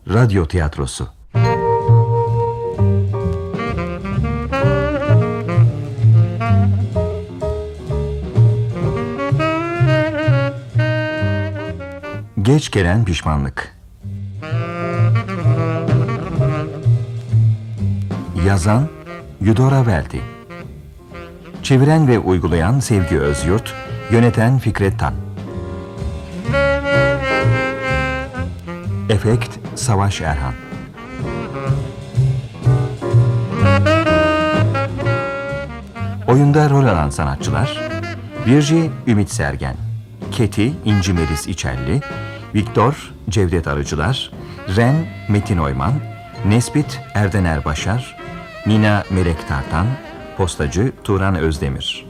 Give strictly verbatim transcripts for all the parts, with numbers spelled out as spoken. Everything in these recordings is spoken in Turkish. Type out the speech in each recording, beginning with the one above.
Radyo tiyatrosu. Geç gelen pişmanlık. Yazan Yudora Velti. Çeviren ve uygulayan Sevgi Özyurt. Yöneten Fikret Tan. Efekt Savaş Erhan. Oyunda rol alan sanatçılar: Virji Ümit Sergen, Keti İnci Melis İçelli, Viktor Cevdet Arıcılar, Ren Metin Oyman, Nespit Erdener Başar, Nina Melek Tartan, Postacı Turan Özdemir.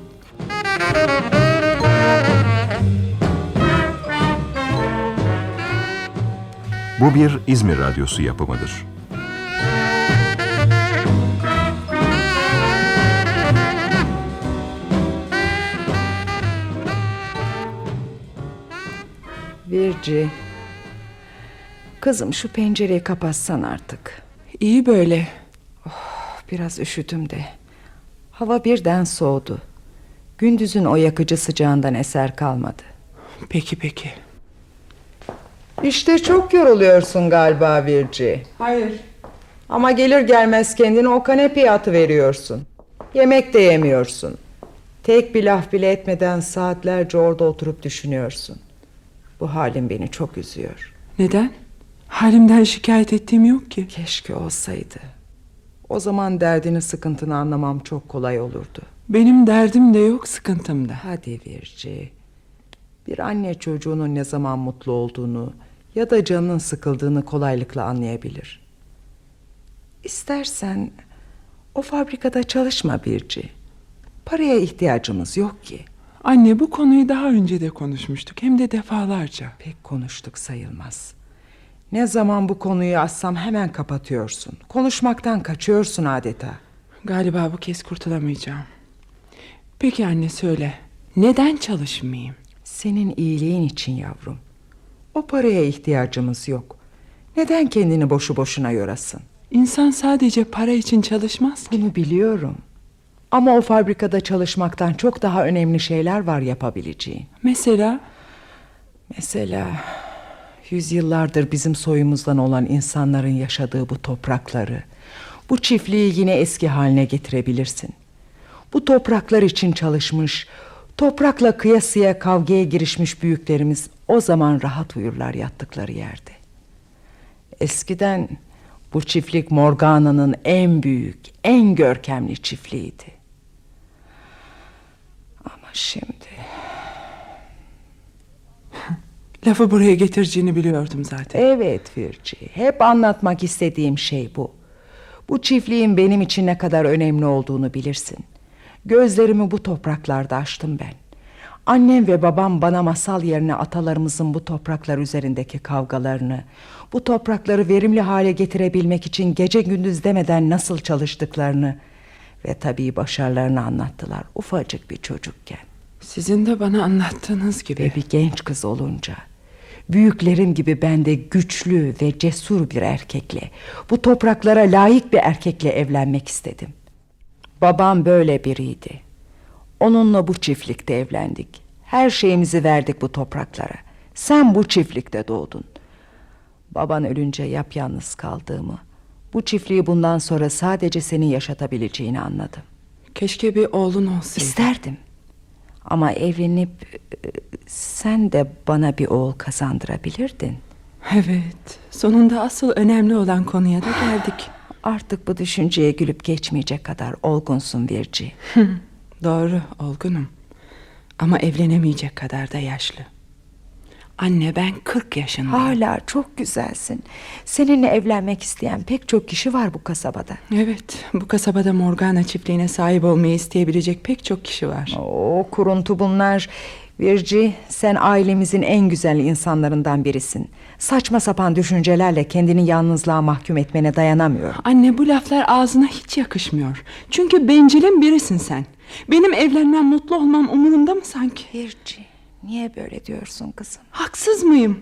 Bu bir İzmir Radyosu yapımıdır. Virci, kızım şu pencereyi kapatsan artık. İyi böyle. Oh, biraz üşüdüm de. Hava birden soğudu. Gündüzün o yakıcı sıcağından eser kalmadı. Peki peki. İşte çok yoruluyorsun galiba Virci. Hayır. Ama gelir gelmez kendini o kanepeye atıveriyorsun. Yemek de yemiyorsun. Tek bir laf bile etmeden saatlerce orada oturup düşünüyorsun. Bu halin beni çok üzüyor. Neden? Halimden şikayet ettiğim yok ki. Keşke olsaydı. O zaman derdini, sıkıntını anlamam çok kolay olurdu. Benim derdim de yok, sıkıntım da. Hadi Virci. Bir anne çocuğunun ne zaman mutlu olduğunu ya da canının sıkıldığını kolaylıkla anlayabilir. İstersen o fabrikada çalışma Virci. Paraya ihtiyacımız yok ki. Anne, bu konuyu daha önce de konuşmuştuk, hem de defalarca. Pek konuştuk sayılmaz. Ne zaman bu konuyu açsam hemen kapatıyorsun. Konuşmaktan kaçıyorsun adeta. Galiba bu kez kurtulamayacağım. Peki anne, söyle. Neden çalışmayayım? Senin iyiliğin için yavrum. O paraya ihtiyacımız yok. Neden kendini boşu boşuna yorasın? İnsan sadece para için çalışmaz ki. Bunu biliyorum. Ama o fabrikada çalışmaktan çok daha önemli şeyler var yapabileceğin. Mesela? Mesela yüzyıllardır bizim soyumuzdan olan insanların yaşadığı bu toprakları, bu çiftliği yine eski haline getirebilirsin. Bu topraklar için çalışmış, toprakla kıyasıya kavgaya girişmiş büyüklerimiz o zaman rahat uyurlar yattıkları yerde. Eskiden bu çiftlik Morgana'nın en büyük, en görkemli çiftliğiydi. Ama şimdi... Lafı buraya getireceğini biliyordum zaten. Evet Virci, hep anlatmak istediğim şey bu. Bu çiftliğin benim için ne kadar önemli olduğunu bilirsin. Gözlerimi bu topraklarda açtım ben. Annem ve babam bana masal yerine atalarımızın bu topraklar üzerindeki kavgalarını, bu toprakları verimli hale getirebilmek için gece gündüz demeden nasıl çalıştıklarını ve tabii başarılarını anlattılar ufacık bir çocukken. Sizin de bana anlattığınız gibi. Ve bir genç kız olunca, büyüklerim gibi ben de güçlü ve cesur bir erkekle, bu topraklara layık bir erkekle evlenmek istedim. Babam böyle biriydi. Onunla bu çiftlikte evlendik. Her şeyimizi verdik bu topraklara. Sen bu çiftlikte doğdun. Baban ölünce yapyalnız kaldığımı, bu çiftliği bundan sonra sadece senin yaşatabileceğini anladım. Keşke bir oğlun olsaydı. İsterdim. Ama evlenip sen de bana bir oğul kazandırabilirdin. Evet, sonunda asıl önemli olan konuya da geldik. Artık bu düşünceye gülüp geçmeyecek kadar olgunsun Virci. Doğru, olgunum. Ama evlenemeyecek kadar da yaşlı. Anne, ben kırk yaşındayım. Hala çok güzelsin. Seninle evlenmek isteyen pek çok kişi var bu kasabada. Evet, bu kasabada Morgana çiftliğine sahip olmayı isteyebilecek pek çok kişi var. Oo, kuruntu bunlar. Virci, sen ailemizin en güzel insanlarından birisin. Saçma sapan düşüncelerle kendini yalnızlığa mahkum etmene dayanamıyorum. Anne, bu laflar ağzına hiç yakışmıyor. Çünkü bencilin birisin sen. Benim evlenmem, mutlu olmam umurunda mı sanki? Virci, niye böyle diyorsun kızım? Haksız mıyım?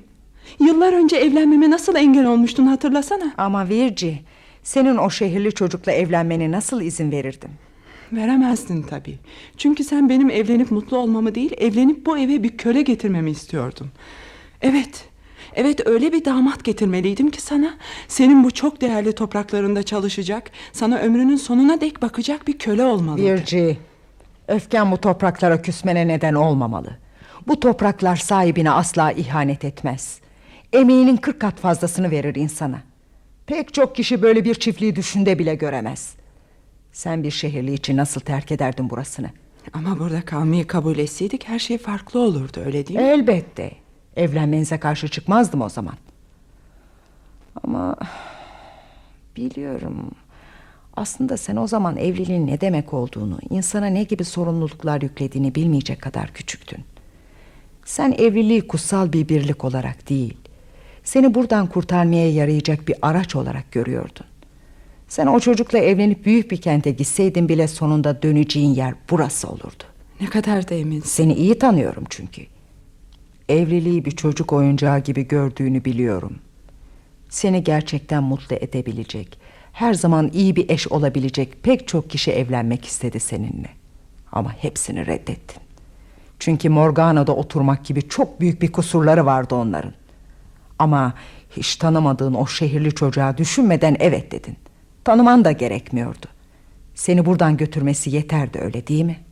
Yıllar önce evlenmeme nasıl engel olmuştun hatırlasana. Ama Virgi, senin o şehirli çocukla evlenmene nasıl izin verirdim? Veremezdin tabii. Çünkü sen benim evlenip mutlu olmamı değil, evlenip bu eve bir köle getirmemi istiyordun. Evet, evet öyle bir damat getirmeliydim ki sana, senin bu çok değerli topraklarında çalışacak, sana ömrünün sonuna dek bakacak bir köle olmalıydı. Virgi, öfken bu topraklara küsmene neden olmamalı. Bu topraklar sahibine asla ihanet etmez. Emeğinin kırk kat fazlasını verir insana. Pek çok kişi böyle bir çiftliği düşünde bile göremez. Sen bir şehirli için nasıl terk ederdin burasını? Ama burada kalmayı kabul etseydik her şey farklı olurdu, öyle değil mi? Elbette. Evlenmenize karşı çıkmazdım o zaman. Ama biliyorum, aslında sen o zaman evliliğin ne demek olduğunu, insana ne gibi sorumluluklar yüklediğini bilmeyecek kadar küçüktün. Sen evliliği kutsal bir birlik olarak değil, seni buradan kurtarmaya yarayacak bir araç olarak görüyordun. Sen o çocukla evlenip büyük bir kente gitseydin bile sonunda döneceğin yer burası olurdu. Ne kadar da eminsin. Seni iyi tanıyorum çünkü. Evliliği bir çocuk oyuncağı gibi gördüğünü biliyorum. Seni gerçekten mutlu edebilecek, her zaman iyi bir eş olabilecek pek çok kişi evlenmek istedi seninle. Ama hepsini reddettin. Çünkü Morgana'da oturmak gibi çok büyük bir kusurları vardı onların. Ama hiç tanımadığın o şehirli çocuğa düşünmeden evet dedin. Tanıman da gerekmiyordu. Seni buradan götürmesi yeterdi, öyle değil mi?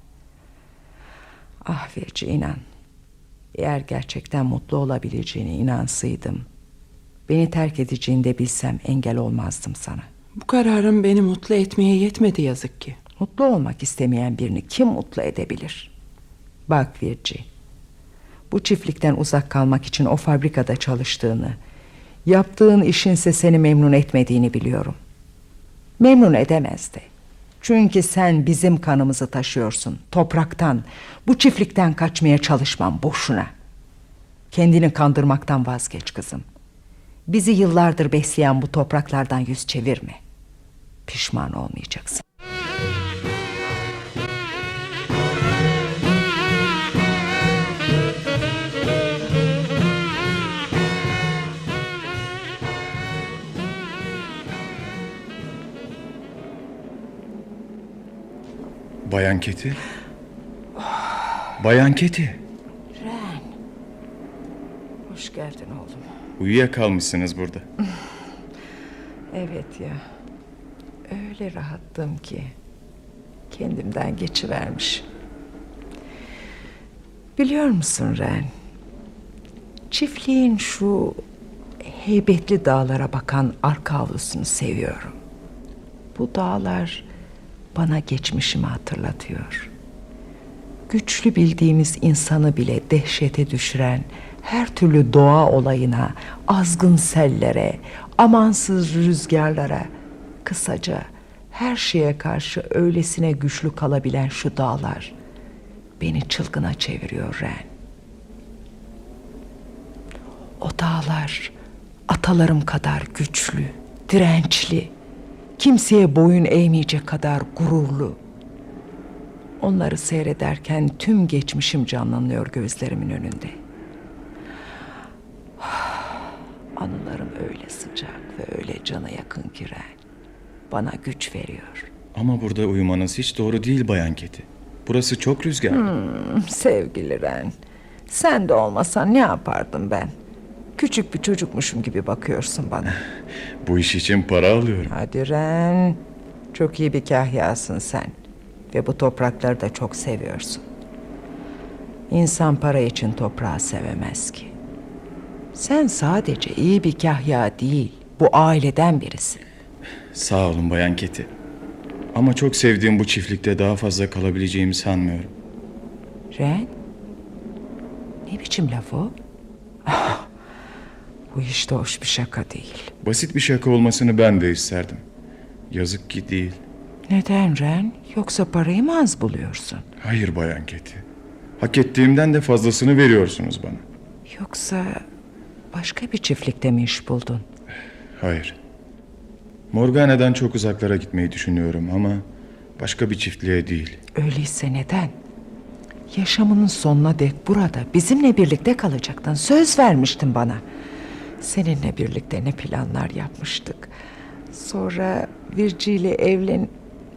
Ah Virgi, inan. Eğer gerçekten mutlu olabileceğine inansaydım, beni terk edeceğini de bilsem engel olmazdım sana. Bu kararım beni mutlu etmeye yetmedi yazık ki. Mutlu olmak istemeyen birini kim mutlu edebilir? Bak Virgi, bu çiftlikten uzak kalmak için o fabrikada çalıştığını, yaptığın işinse seni memnun etmediğini biliyorum. Memnun edemezdi. Çünkü sen bizim kanımızı taşıyorsun. Topraktan, bu çiftlikten kaçmaya çalışmam boşuna. Kendini kandırmaktan vazgeç kızım. Bizi yıllardır besleyen bu topraklardan yüz çevirme. Pişman olmayacaksın. Bayan Keti. Bayan Keti. Ren. Hoş geldin oğlum. Uyuyakalmışsınız burada. Evet ya. Öyle rahattım ki kendimden geçivermiş. Biliyor musun Ren? Çiftliğin şu heybetli dağlara bakan arka avlusunu seviyorum. Bu dağlar bana geçmişimi hatırlatıyor. Güçlü bildiğimiz insanı bile dehşete düşüren her türlü doğa olayına, azgın sellere, amansız rüzgarlara, kısaca her şeye karşı öylesine güçlü kalabilen şu dağlar beni çılgına çeviriyor Ren. O dağlar atalarım kadar güçlü, dirençli, kimseye boyun eğmeyecek kadar gururlu. Onları seyrederken tüm geçmişim canlanıyor gözlerimin önünde. Anılarım öyle sıcak ve öyle cana yakın ki Ren. Bana güç veriyor. Ama burada uyumanız hiç doğru değil Bayan Keti. Burası çok rüzgarlı. Hmm, sevgili Ren, sen de olmasan ne yapardım ben? Küçük bir çocukmuşum gibi bakıyorsun bana. Bu iş için para alıyorum. Hadi Ren, çok iyi bir kahyasın sen. Ve bu toprakları da çok seviyorsun. İnsan para için toprağı sevemez ki. Sen sadece iyi bir kahya değil, bu aileden birisin. Sağ olun Bayan Keti. Ama çok sevdiğim bu çiftlikte daha fazla kalabileceğimi sanmıyorum. Ren, ne biçim laf o? Ah, bu hiç de hoş bir şaka değil. Basit bir şaka olmasını ben de isterdim. Yazık ki değil. Neden Ren? Yoksa parayı mı az buluyorsun? Hayır Bayan Keti. Hak ettiğimden de fazlasını veriyorsunuz bana. Yoksa başka bir çiftlikte mi iş buldun? Hayır. Morgana'dan çok uzaklara gitmeyi düşünüyorum ama başka bir çiftliğe değil. Öyleyse neden? Yaşamının sonuna dek burada bizimle birlikte kalacaktın. Söz vermiştin bana. Seninle birlikte ne planlar yapmıştık. Sonra Virgi ile evlen...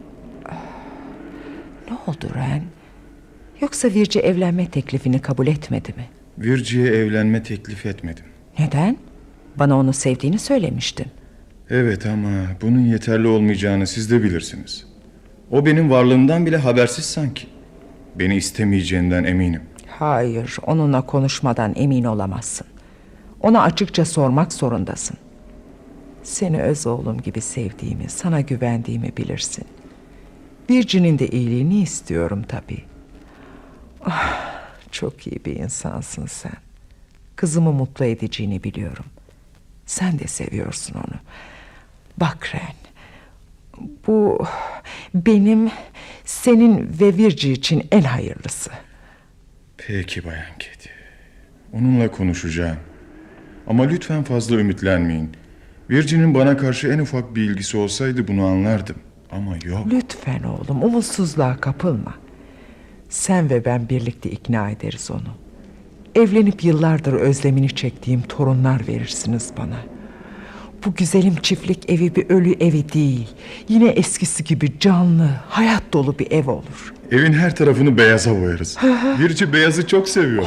Ne oldu Ren? Yoksa Virgi evlenme teklifini kabul etmedi mi? Virgi'ye evlenme teklif etmedim. Neden? Bana onu sevdiğini söylemiştin. Evet ama bunun yeterli olmayacağını siz de bilirsiniz. O benim varlığımdan bile habersiz sanki. Beni istemeyeceğinden eminim. Hayır, onunla konuşmadan emin olamazsın. Ona açıkça sormak zorundasın. Seni öz oğlum gibi sevdiğimi, sana güvendiğimi bilirsin. Virgi'nin de iyiliğini istiyorum tabii. Ah, çok iyi bir insansın sen. Kızımı mutlu edeceğini biliyorum. Sen de seviyorsun onu. Bak Ren, bu benim, senin ve Virgi için en hayırlısı. Peki Bayan Katie. Onunla konuşacağım. Ama lütfen fazla ümitlenmeyin. Virgi'nin bana karşı en ufak bir ilgisi olsaydı bunu anlardım. Ama yok. Lütfen oğlum, umutsuzluğa kapılma. Sen ve ben birlikte ikna ederiz onu. Evlenip yıllardır özlemini çektiğim torunlar verirsiniz bana. Bu güzelim çiftlik evi bir ölü evi değil. Yine eskisi gibi canlı, hayat dolu bir ev olur. Evin her tarafını beyaza boyarız. Virgi beyazı çok seviyor.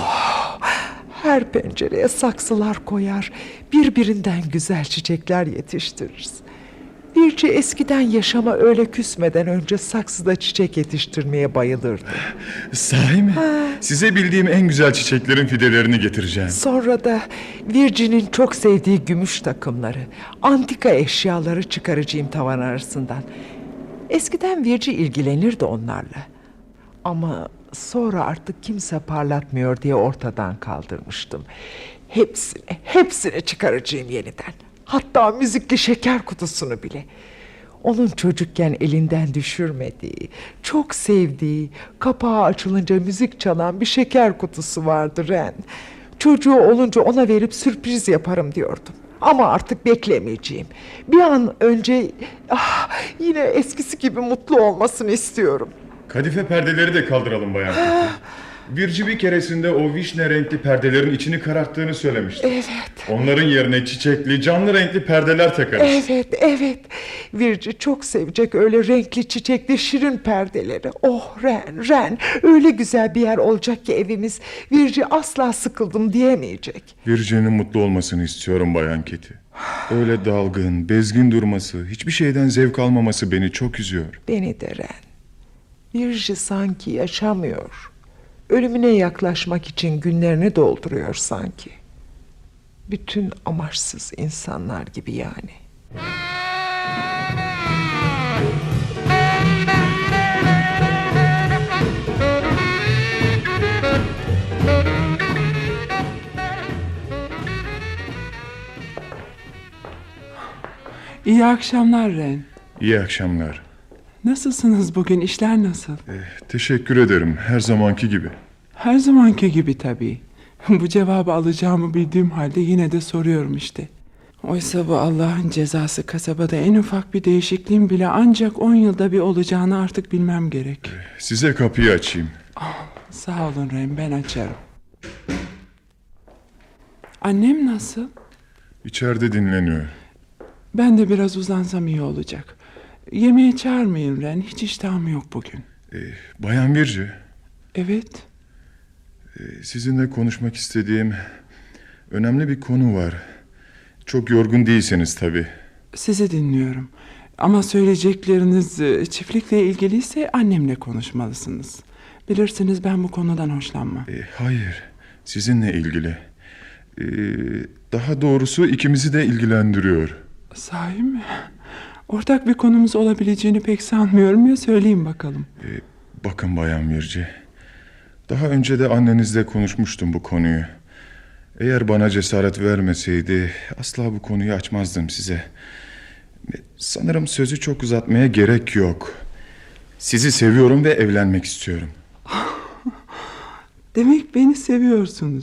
Her pencereye saksılar koyar, birbirinden güzel çiçekler yetiştiririz. Virgi eskiden yaşama öyle küsmeden önce saksıda çiçek yetiştirmeye bayılırdı. Sahi mi? Size bildiğim en güzel çiçeklerin fidelerini getireceğim. Sonra da Virgi'nin çok sevdiği gümüş takımları, antika eşyaları çıkaracağım tavan arasından. Eskiden Virgi ilgilenirdi onlarla. Ama sonra artık kimse parlatmıyor diye ortadan kaldırmıştım. Hepsini, hepsini çıkaracağım yeniden. Hatta müzikli şeker kutusunu bile. Onun çocukken elinden düşürmediği, çok sevdiği, kapağı açılınca müzik çalan bir şeker kutusu vardı Ren. Çocuğu olunca ona verip sürpriz yaparım diyordum. Ama artık beklemeyeceğim. Bir an önce ah, yine eskisi gibi mutlu olmasını istiyorum. Kadife perdeleri de kaldıralım Bayan Katie. Virgi bir keresinde o vişne renkli perdelerin içini kararttığını söylemişti. Evet. Onların yerine çiçekli, canlı renkli perdeler takarız. Evet, evet. Virgi çok sevecek öyle renkli, çiçekli, şirin perdeleri. Oh Ren, Ren. Öyle güzel bir yer olacak ki evimiz. Virgi asla sıkıldım diyemeyecek. Virgi'nin mutlu olmasını istiyorum Bayan Katie. Öyle dalgın, bezgin durması, hiçbir şeyden zevk almaması beni çok üzüyor. Beni de Ren. Virgi sanki yaşamıyor. Ölümüne yaklaşmak için günlerini dolduruyor sanki. Bütün amaçsız insanlar gibi yani. İyi akşamlar Ren. İyi akşamlar. Nasılsınız bugün? İşler nasıl? Eh, teşekkür ederim. Her zamanki gibi. Her zamanki gibi tabii. Bu cevabı alacağımı bildiğim halde yine de soruyorum işte. Oysa bu Allah'ın cezası, kasabada en ufak bir değişikliğin bile ancak on yılda bir olacağını artık bilmem gerek. Size kapıyı açayım. Ah, sağ olun Ren, ben açarım. Annem nasıl? İçeride dinleniyor. Ben de biraz uzansam iyi olacak. Yemeğe çağırmayın Ren, hiç iştahım yok bugün. Eh, Bayan Virgi, Evet. eh, sizinle konuşmak istediğim önemli bir konu var. Çok yorgun değilseniz tabii. Sizi dinliyorum. Ama söyleyecekleriniz e, çiftlikle ilgiliyse annemle konuşmalısınız. Bilirsiniz ben bu konudan hoşlanmam. Eh, hayır, sizinle ilgili. Eh, daha doğrusu ikimizi de ilgilendiriyor. Sahi mi? Ortak bir konumuz olabileceğini pek sanmıyorum ya, söyleyeyim bakalım. Eh, bakın Bayan Virgi, daha önce de annenizle konuşmuştum bu konuyu. Eğer bana cesaret vermeseydi asla bu konuyu açmazdım size. Sanırım sözü çok uzatmaya gerek yok. Sizi seviyorum ve evlenmek istiyorum. Demek beni seviyorsunuz.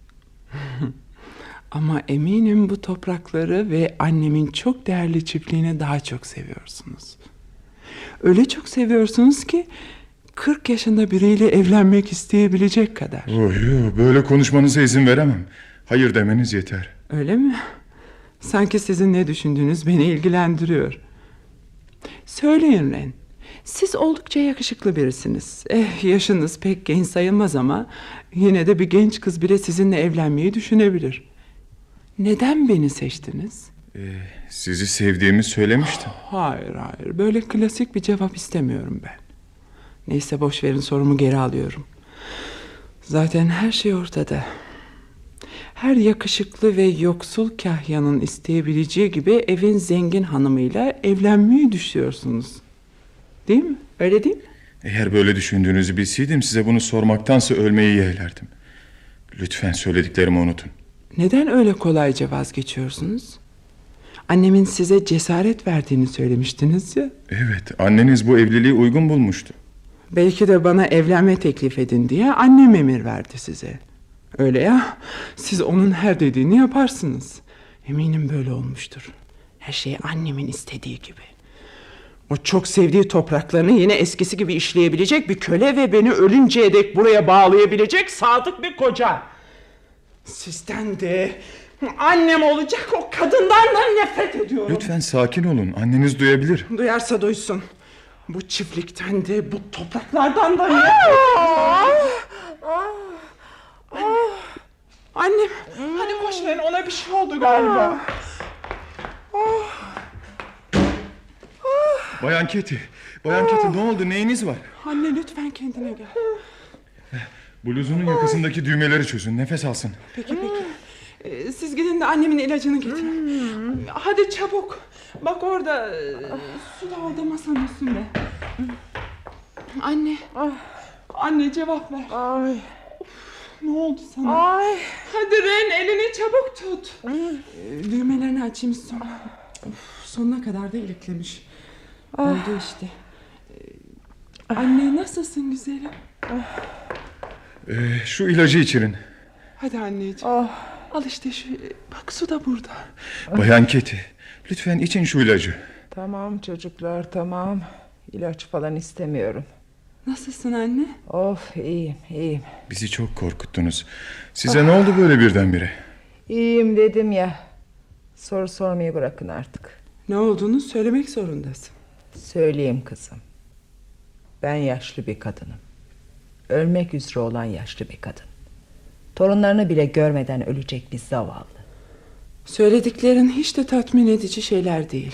Ama eminim bu toprakları ve annemin çok değerli çiftliğini daha çok seviyorsunuz. Öyle çok seviyorsunuz ki kırk yaşında biriyle evlenmek isteyebilecek kadar. Oh, yo, böyle konuşmanıza izin veremem. Hayır demeniz yeter. Öyle mi? Sanki sizin ne düşündüğünüz beni ilgilendiriyor. Söyleyin Ren. Siz oldukça yakışıklı birisiniz. Eh, yaşınız pek genç sayılmaz ama yine de bir genç kız bile sizinle evlenmeyi düşünebilir. Neden beni seçtiniz? Ee, sizi sevdiğimi söylemiştim. Hayır hayır, böyle klasik bir cevap istemiyorum ben. Neyse, boş verin, sorumu geri alıyorum. Zaten her şey ortada. Her yakışıklı ve yoksul kahyanın isteyebileceği gibi evin zengin hanımıyla evlenmeyi düşünüyorsunuz. Değil mi? Öyle değil mi? Eğer böyle düşündüğünüzü bilseydim size bunu sormaktansa ölmeyi yeğlerdim. Lütfen söylediklerimi unutun. Neden öyle kolayca vazgeçiyorsunuz? Annemin size cesaret verdiğini söylemiştiniz ya. Evet, anneniz bu evliliği uygun bulmuştu. Belki de bana evlenme teklif edin diye annem emir verdi size. Öyle ya, siz onun her dediğini yaparsınız. Eminim böyle olmuştur. Her şey annemin istediği gibi. O çok sevdiği topraklarını yine eskisi gibi işleyebilecek bir köle ve beni ölünceye dek buraya bağlayabilecek sadık bir koca. Sizden de annem olacak o kadından da nefret ediyorum. Lütfen sakin olun, anneniz duyabilir. Duyarsa duysun. Bu çiftlikten de bu topraklardan da nefret ediyorum. Annem, annem, hadi koş verin, ona bir şey oldu galiba. Bayan Keti, Bayan Keti ne oldu, neyiniz var? Anne, lütfen kendine gel. Bluzunun yakasındaki düğmeleri çözün, nefes alsın. Peki peki. Ee, siz gidin de annemin ilacını getirin. Hadi çabuk. Bak orada e, su da orada masanın üstünde. Anne. Anne, cevap ver. Ay. Of, ne oldu sana? Ay. Hadi Ren, elini çabuk tut. Ee, düğmelerini açayım sonra. Of, sonuna kadar da iliklemiş. Oldu işte. Ee, anne, nasılsın güzelim? Ee, şu ilacı içirin. Hadi anneciğim. Al işte şu, bak su da burada. Bayan Keti, lütfen için şu ilacı. Tamam çocuklar, tamam. İlaç falan istemiyorum. Nasılsın anne? Of, iyiyim iyiyim. Bizi çok korkuttunuz. Size ne oldu böyle birdenbire? İyiyim dedim ya. Soru sormayı bırakın artık. Ne olduğunu söylemek zorundasın. Söyleyeyim kızım. Ben yaşlı bir kadınım. Ölmek üzere olan yaşlı bir kadın. Torunlarını bile görmeden ölecek bir zavallı. Söylediklerin hiç de tatmin edici şeyler değil.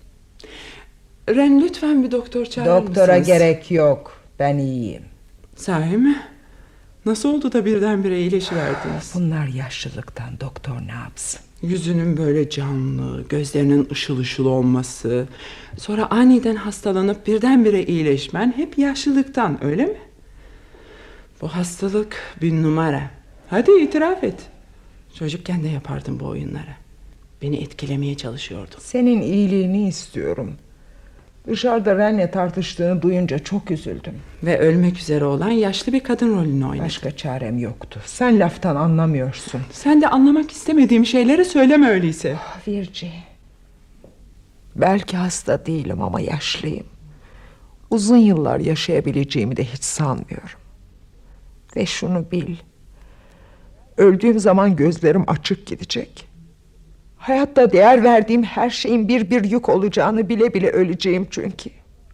Ren, lütfen bir doktor çağırır mısınız? Doktora gerek yok. Ben iyiyim. Sahi mi? Nasıl oldu da birdenbire iyileşiverdiniz? Bunlar yaşlılıktan, doktor ne yapsın? Yüzünün böyle canlı, gözlerinin ışıl ışıl olması, sonra aniden hastalanıp birdenbire iyileşmen hep yaşlılıktan, öyle mi? Bu hastalık bir numara. Hadi itiraf et. Çocukken de yapardın bu oyunları. Beni etkilemeye çalışıyordun. Senin iyiliğini istiyorum. Dışarıda Ren'le tartıştığını duyunca çok üzüldüm. Ve ölmek üzere olan yaşlı bir kadın rolünü oynadın. Başka çarem yoktu. Sen laftan anlamıyorsun. Sen de anlamak istemediğim şeyleri söyleme öyleyse. Virci. Belki hasta değilim ama yaşlıyım. Uzun yıllar yaşayabileceğimi de hiç sanmıyorum. Ve şunu bil. Öldüğüm zaman gözlerim açık gidecek. Hayatta değer verdiğim her şeyin bir bir yük olacağını bile bile öleceğim çünkü.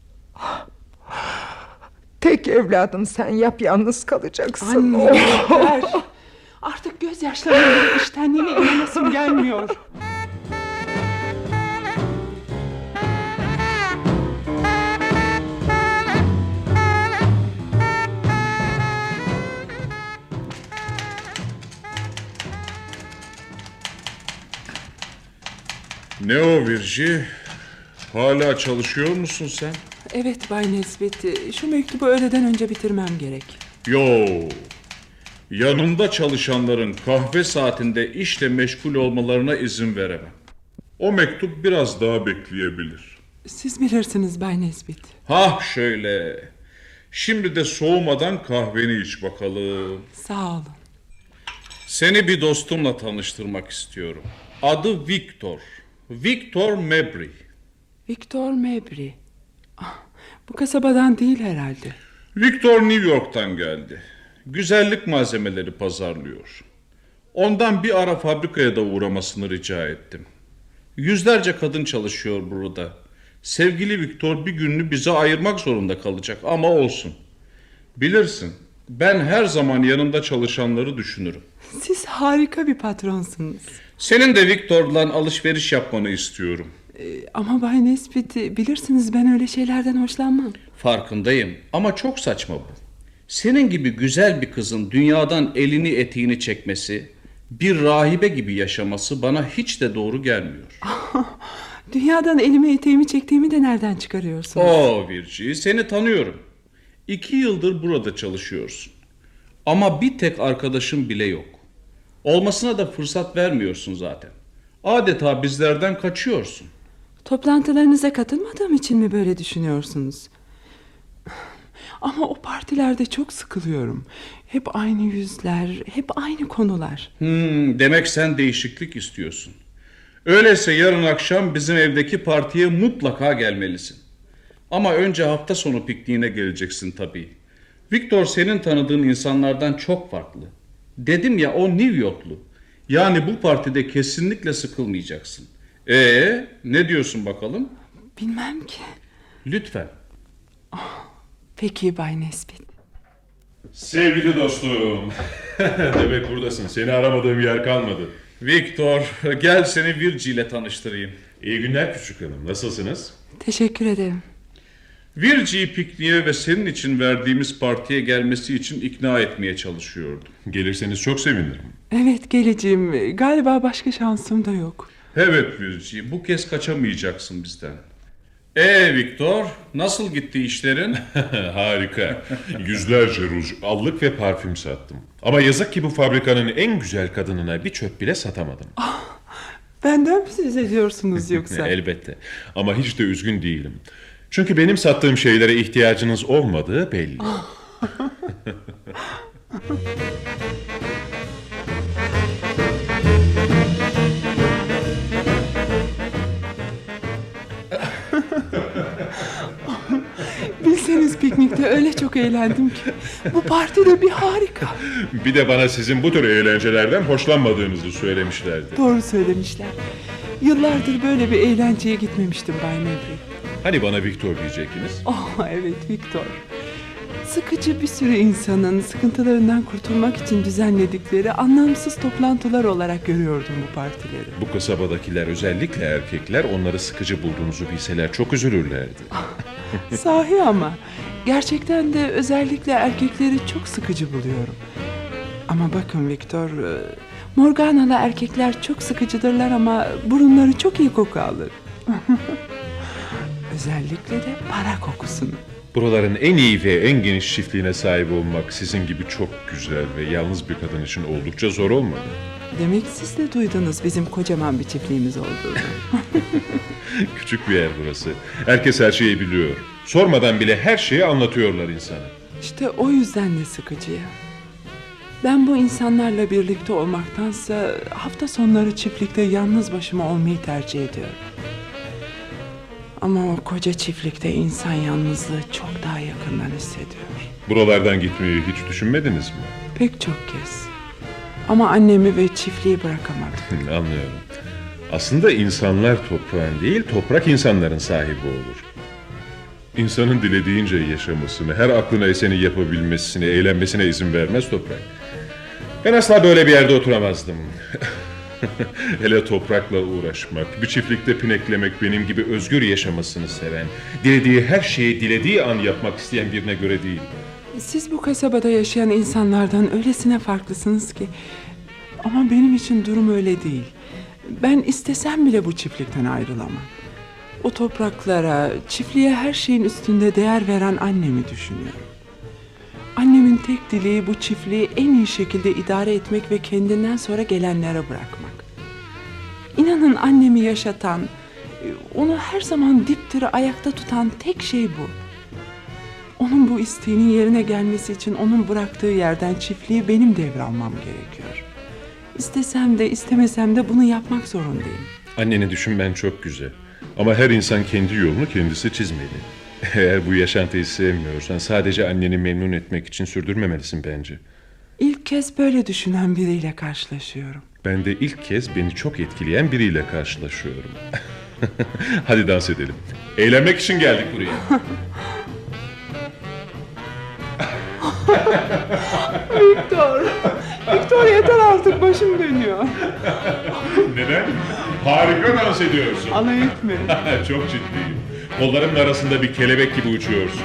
Tek evladım sen, yapyalnız kalacaksın. Anne, Oh. yeter. Artık gözyaşlarının içtenliğine inanasım gelmiyor. Ne o Virgi? Hala çalışıyor musun sen? Evet Bay Nesbit, şu mektubu öğleden önce bitirmem gerek. Yo. Yanımda çalışanların kahve saatinde işle meşgul olmalarına izin veremem. O mektup biraz daha bekleyebilir. Siz bilirsiniz Bay Nesbit. Hah şöyle. Şimdi de soğumadan kahveni iç bakalım. Sağ olun. Seni bir dostumla tanıştırmak istiyorum. Adı Victor. Victor Mabry. Victor Mabry. Ah, bu kasabadan değil herhalde. Victor New York'tan geldi. Güzellik malzemeleri pazarlıyor. Ondan bir ara fabrikaya da uğramasını rica ettim. Yüzlerce kadın çalışıyor burada. Sevgili Viktor bir gününü bize ayırmak zorunda kalacak ama olsun. Bilirsin, ben her zaman yanımda çalışanları düşünürüm. Siz harika bir patronsunuz. Senin de Viktor'la alışveriş yapmanı istiyorum. Ee, ama Bay Nesbit, bilirsiniz ben öyle şeylerden hoşlanmam. Farkındayım ama çok saçma bu. Senin gibi güzel bir kızın dünyadan elini eteğini çekmesi, bir rahibe gibi yaşaması bana hiç de doğru gelmiyor. Dünyadan elimi eteğimi çektiğimi de nereden çıkarıyorsunuz? Oo Virgi, seni tanıyorum. İki yıldır burada çalışıyorsun. Ama bir tek arkadaşın bile yok. Olmasına da fırsat vermiyorsun zaten. Adeta bizlerden kaçıyorsun. Toplantılarınıza katılmadığım için mi böyle düşünüyorsunuz? Ama o partilerde çok sıkılıyorum. Hep aynı yüzler, hep aynı konular. Hmm, demek sen değişiklik istiyorsun. Öyleyse yarın akşam bizim evdeki partiye mutlaka gelmelisin. Ama önce hafta sonu pikniğine geleceksin tabii. Viktor senin tanıdığın insanlardan çok farklı. Dedim ya, o New Yorklu. Yani bu partide kesinlikle sıkılmayacaksın. Ee, ne diyorsun bakalım? Bilmem ki. Lütfen. Peki Bay Nesbit. Sevgili dostum. Demek buradasın. Seni aramadığım yer kalmadı. Viktor, gel seni Virgi ile tanıştırayım. İyi günler küçük hanım. Nasılsınız? Teşekkür ederim. Virgi'yi pikniğe ve senin için verdiğimiz partiye gelmesi için ikna etmeye çalışıyordum. Gelirseniz çok sevinirim. Evet, geleceğim. Galiba başka şansım da yok. Evet Virgi, bu kez kaçamayacaksın bizden. Ee Viktor, nasıl gitti işlerin? Harika. Yüzlerce ruj, allık ve parfüm sattım. Ama yazık ki bu fabrikanın en güzel kadınına bir çöp bile satamadım. Benden mi söz ediyorsunuz yoksa? Elbette. Ama hiç de üzgün değilim. Çünkü benim sattığım şeylere ihtiyacınız olmadığı belli. Bilseniz piknikte öyle çok eğlendim ki. Bu parti de bir harika. Bir de bana sizin bu tür eğlencelerden hoşlanmadığınızı söylemişlerdi. Doğru söylemişler. Yıllardır böyle bir eğlenceye gitmemiştim Bay Mabry. Hani bana Viktor diyecektiniz? Oh evet, Viktor. Sıkıcı bir sürü insanın sıkıntılarından kurtulmak için düzenledikleri anlamsız toplantılar olarak görüyordum bu partileri. Bu kasabadakiler, özellikle erkekler, onları sıkıcı bulduğunuzu bilseler çok üzülürlerdi. Sahi ama gerçekten de özellikle erkekleri çok sıkıcı buluyorum. Ama bakın Viktor, Morganalı erkekler çok sıkıcıdırlar ama burunları çok iyi koku alır. Özellikle de para kokusunu. Buraların en iyi ve en geniş çiftliğine sahip olmak sizin gibi çok güzel ve yalnız bir kadın için oldukça zor olmadı. Demek siz de duydunuz bizim kocaman bir çiftliğimiz olduğunu. Küçük bir yer burası. Herkes her şeyi biliyor. Sormadan bile her şeyi anlatıyorlar insana. İşte o yüzden de sıkıcı ya. Ben bu insanlarla birlikte olmaktansa hafta sonları çiftlikte yalnız başıma olmayı tercih ediyorum. Ama o koca çiftlikte insan yalnızlığı çok daha yakından hissediyor. Buralardan gitmeyi hiç düşünmediniz mi? Pek çok kez. Ama annemi ve çiftliği bırakamadım. Anlıyorum. Aslında insanlar toprağın değil, toprak insanların sahibi olur. İnsanın dilediğince yaşamasını, her aklına eseni yapabilmesini, eğlenmesine izin vermez toprak. Ben asla böyle bir yerde oturamazdım. Hele toprakla uğraşmak, bir çiftlikte pineklemek benim gibi özgür yaşamasını seven, dilediği her şeyi dilediği an yapmak isteyen birine göre değil. Siz bu kasabada yaşayan insanlardan öylesine farklısınız ki. Ama benim için durum öyle değil. Ben istesem bile bu çiftlikten ayrılamam. O topraklara, çiftliğe her şeyin üstünde değer veren annemi düşünüyorum. Annemin tek dileği bu çiftliği en iyi şekilde idare etmek ve kendinden sonra gelenlere bırakmak. İnanın annemi yaşatan, onu her zaman dipdiri ayakta tutan tek şey bu. Onun bu isteğinin yerine gelmesi için onun bıraktığı yerden çiftliği benim devralmam gerekiyor. İstesem de istemesem de bunu yapmak zorundayım. Anneni düşünmen çok güzel. Ama her insan kendi yolunu kendisi çizmeli. Eğer bu yaşantıyı sevmiyorsan sadece anneni memnun etmek için sürdürmemelisin bence. İlk kez böyle düşünen biriyle karşılaşıyorum. Ben de ilk kez beni çok etkileyen biriyle karşılaşıyorum. Hadi dans edelim. Eğlenmek için geldik buraya. Victor, Victor yeter artık, başım dönüyor. Neden? Harika dans ediyorsun. Alay etme. Çok ciddiyim. Kollarımın arasında bir kelebek gibi uçuyorsun.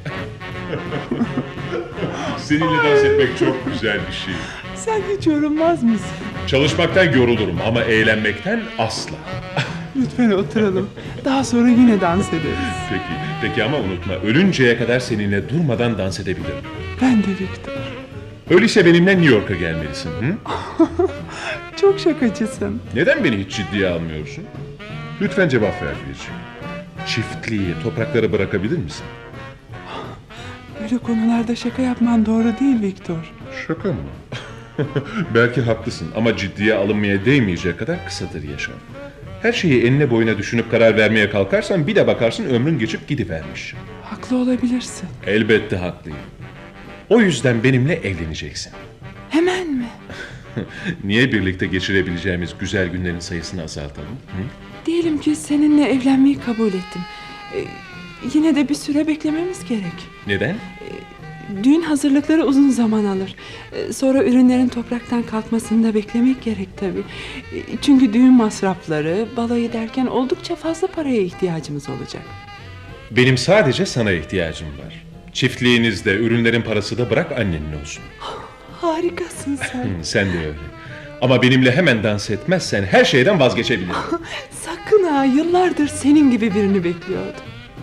Seninle dans etmek çok güzel bir şey. Sen hiç yorulmaz mısın? Çalışmaktan yorulurum ama eğlenmekten asla. Lütfen oturalım. Daha sonra yine dans ederiz. Peki, peki ama unutma, ölünceye kadar seninle durmadan dans edebilirim. Ben de Victor. Öyleyse benimle New York'a gelmelisin. Hı? Çok şakacısın. Neden beni hiç ciddiye almıyorsun? Lütfen cevap ver Virgil. Çiftliği, toprakları bırakabilir misin? Böyle konularda şaka yapman doğru değil Victor. Şaka mı? Belki haklısın ama ciddiye alınmaya değmeyecek kadar kısadır yaşam. Her şeyi enine boyuna düşünüp karar vermeye kalkarsan bir de bakarsın ömrün geçip gidivermiş. Haklı olabilirsin. Elbette haklıyım. O yüzden benimle evleneceksin. Hemen mi? Niye birlikte geçirebileceğimiz güzel günlerin sayısını azaltalım? Hı? Diyelim ki seninle evlenmeyi kabul ettim. Ee, yine de bir süre beklememiz gerek. Neden? Düğün hazırlıkları uzun zaman alır. Ee, Sonra ürünlerin topraktan kalkmasını da beklemek gerek tabii. Ee, Çünkü düğün masrafları, balayı derken oldukça fazla paraya ihtiyacımız olacak. Benim sadece sana ihtiyacım var. Çiftliğinizde ürünlerin parası da bırak annenin olsun. Harikasın sen. Hı, sen de öyle. Ama benimle hemen dans etmezsen her şeyden vazgeçebilirim. Sakın ha, yıllardır senin gibi birini bekliyordum.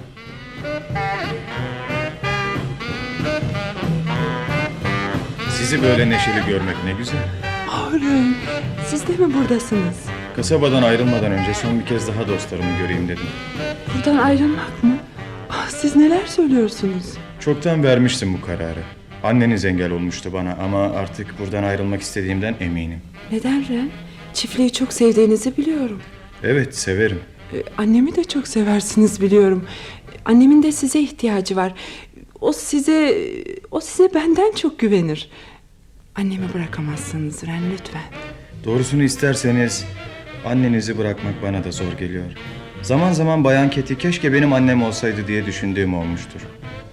Sizi böyle neşeli görmek ne güzel. Harun, siz de mi buradasınız? Kasabadan ayrılmadan önce son bir kez daha dostlarımı göreyim dedim. Buradan ayrılmak mı? Ah, siz neler söylüyorsunuz? Çoktan vermiştim bu kararı. Anneniz engel olmuştu bana ama artık buradan ayrılmak istediğimden eminim. Neden Ren? Çiftliği çok sevdiğinizi biliyorum. Evet, severim. Ee, Annemi de çok seversiniz biliyorum. Annemin de size ihtiyacı var. O size, o size benden çok güvenir. Annemi bırakamazsınız Ren, lütfen. Doğrusunu isterseniz annenizi bırakmak bana da zor geliyor. Zaman zaman Bayan Keti keşke benim annem olsaydı diye düşündüğüm olmuştur.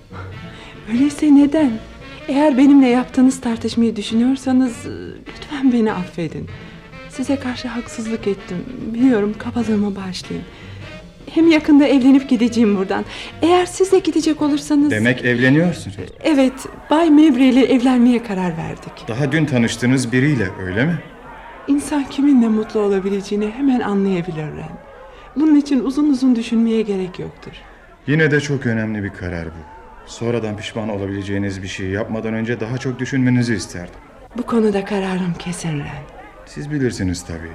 Öyleyse neden? Eğer benimle yaptığınız tartışmayı düşünüyorsanız lütfen beni affedin. Size karşı haksızlık ettim. Biliyorum, kabalığımı bağışlayın. Hem yakında evlenip gideceğim buradan. Eğer siz de gidecek olursanız... Demek evleniyorsunuz. Evet, Bay Mabry ile evlenmeye karar verdik. Daha dün tanıştığınız biriyle, öyle mi? İnsan kiminle mutlu olabileceğini hemen anlayabilir Ren. Bunun için uzun uzun düşünmeye gerek yoktur. Yine de çok önemli bir karar bu. Sonradan pişman olabileceğiniz bir şey yapmadan önce daha çok düşünmenizi isterdim. Bu konuda kararım kesin Ren. Siz bilirsiniz tabii.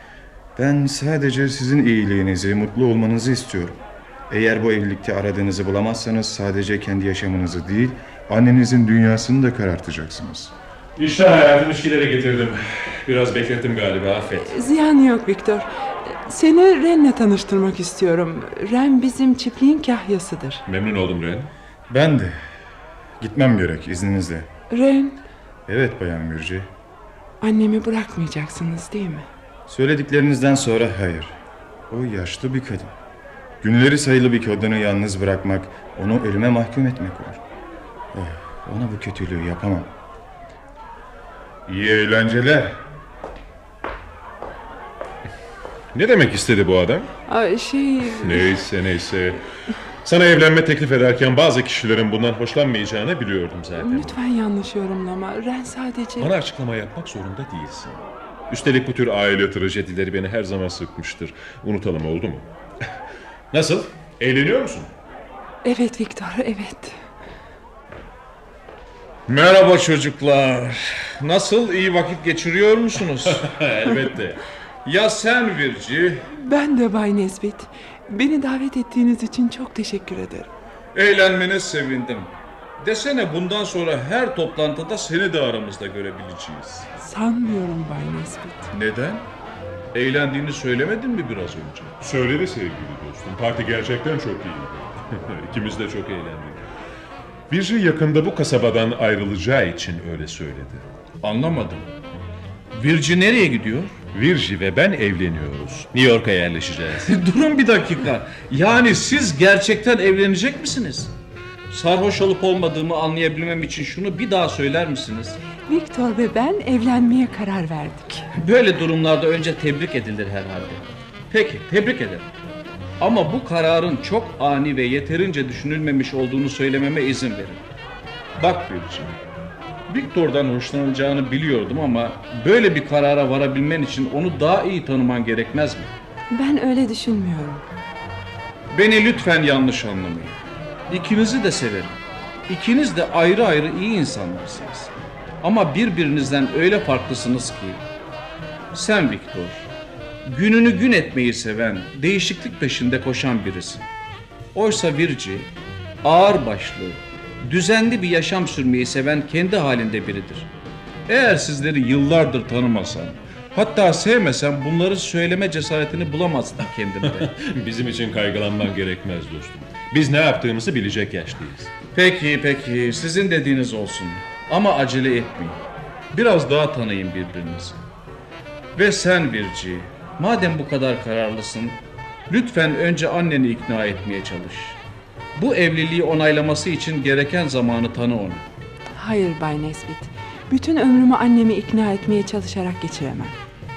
Ben sadece sizin iyiliğinizi, mutlu olmanızı istiyorum. Eğer bu evlilikte aradığınızı bulamazsanız sadece kendi yaşamınızı değil, annenizin dünyasını da karartacaksınız. İşte hayatım, ilişkileri getirdim. Biraz beklettim galiba, affet. Ziyanı yok Victor. Seni Ren'le tanıştırmak istiyorum. Ren bizim çiftliğin kahyasıdır. Memnun oldum Ren. Ben de. Gitmem gerek izninizle. Ren, Evet Bayan Mürci. annemi bırakmayacaksınız değil mi? Söylediklerinizden sonra hayır. O yaşlı bir kadın. Günleri sayılı bir kadını yalnız bırakmak, onu ölüme mahkum etmek olur. Oh, ona bu kötülüğü yapamam. İyi eğlenceler. Ne demek istedi bu adam? Aa, şey... Neyse neyse. Sana evlenme teklif ederken bazı kişilerin bundan hoşlanmayacağını biliyordum zaten. Lütfen yanlış yorumlama. Ren sadece... Bana açıklama yapmak zorunda değilsin. Üstelik bu tür aile trajedileri beni her zaman sıkmıştır. Unutalım, oldu mu? Nasıl? Eğleniyor musun? Evet Victor, evet. Merhaba çocuklar. Nasıl, iyi vakit geçiriyor musunuz? Elbette. Ya sen Virgi? Ben de Bay Nesbit. Beni davet ettiğiniz için çok teşekkür ederim. Eğlenmene sevindim. Desene, bundan sonra her toplantıda seni de aramızda görebileceğiz. Sanmıyorum Bay Nesbit. Neden? Eğlendiğini söylemedin mi biraz önce? Söyledi sevgili dostum. Parti gerçekten çok iyiydi. İkimiz de çok eğlendik. Virgi yakında bu kasabadan ayrılacağı için öyle söyledi. Anlamadım. Virgi nereye gidiyor? Virgi ve ben evleniyoruz. New York'a yerleşeceğiz. Durun bir dakika. Yani siz gerçekten evlenecek misiniz? Sarhoş olup olmadığımı anlayabilmem için şunu bir daha söyler misiniz? Victor ve ben evlenmeye karar verdik. Böyle durumlarda önce tebrik edilir herhalde. Peki, tebrik ederim. Ama bu kararın çok ani ve yeterince düşünülmemiş olduğunu söylememe izin verin. Bak Virgi, Victor'dan hoşlanacağını biliyordum ama böyle bir karara varabilmen için onu daha iyi tanıman gerekmez mi? Ben öyle düşünmüyorum. Beni lütfen yanlış anlamayın. İkinizi de severim. İkiniz de ayrı ayrı iyi insanlarsınız. Ama birbirinizden öyle farklısınız ki. Sen Victor, gününü gün etmeyi seven, değişiklik peşinde koşan birisin. Oysa Virgi, ağırbaşlı, düzenli bir yaşam sürmeyi seven kendi halinde biridir. Eğer sizleri yıllardır tanımasam, hatta sevmesem bunları söyleme cesaretini bulamazdım kendimde. Bizim için kaygılanman gerekmez dostum. Biz ne yaptığımızı bilecek yaşlıyız. Peki peki, sizin dediğiniz olsun. Ama acele etmeyin. Biraz daha tanıyın birbirinizi. Ve sen Virgi, madem bu kadar kararlısın, lütfen önce anneni ikna etmeye çalış. Bu evliliği onaylaması için gereken zamanı tanı ona. Hayır Bay Nesbit. Bütün ömrümü annemi ikna etmeye çalışarak geçiremem.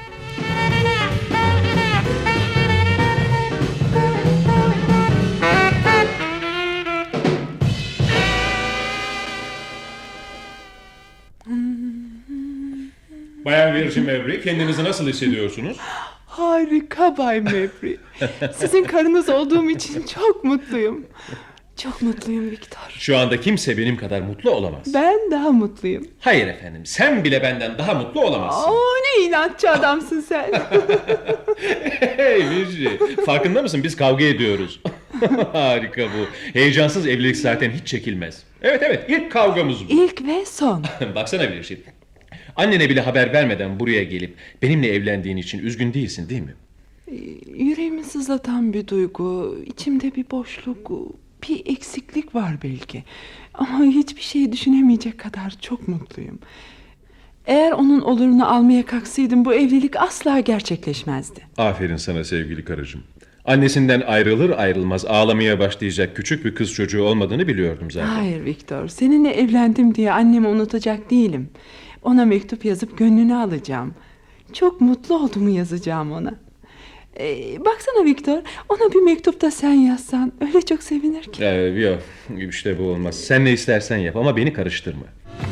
Bayan Virgi Maverick, kendinizi nasıl hissediyorsunuz? Harika Bay Mevri. Sizin karınız olduğum için çok mutluyum. Çok mutluyum Victor. Şu anda kimse benim kadar mutlu olamaz. Ben daha mutluyum. Hayır efendim, sen bile benden daha mutlu olamazsın. Oo, ne inatçı adamsın sen. Hey Virgi, farkında mısın? Biz kavga ediyoruz. Harika bu. Heyecansız evlilik zaten hiç çekilmez. Evet evet, ilk kavgamız bu. İlk ve son. Baksana Virgi. Annene bile haber vermeden buraya gelip benimle evlendiğin için üzgün değilsin değil mi? Yüreğimi sızlatan bir duygu, içimde bir boşluk, bir eksiklik var belki. Ama hiçbir şey düşünemeyecek kadar çok mutluyum. Eğer onun olurunu almaya kalksaydım bu evlilik asla gerçekleşmezdi. Aferin sana sevgili karıcığım. Annesinden ayrılır ayrılmaz ağlamaya başlayacak küçük bir kız çocuğu olmadığını biliyordum zaten. Hayır Victor, seninle evlendim diye annemi unutacak değilim. Ona mektup yazıp gönlünü alacağım. Çok mutlu olduğumu yazacağım ona. Ee, baksana Victor, ona bir mektup da sen yazsan öyle çok sevinir ki. Ee, yok işte bu olmaz. Sen ne istersen yap ama beni karıştırma.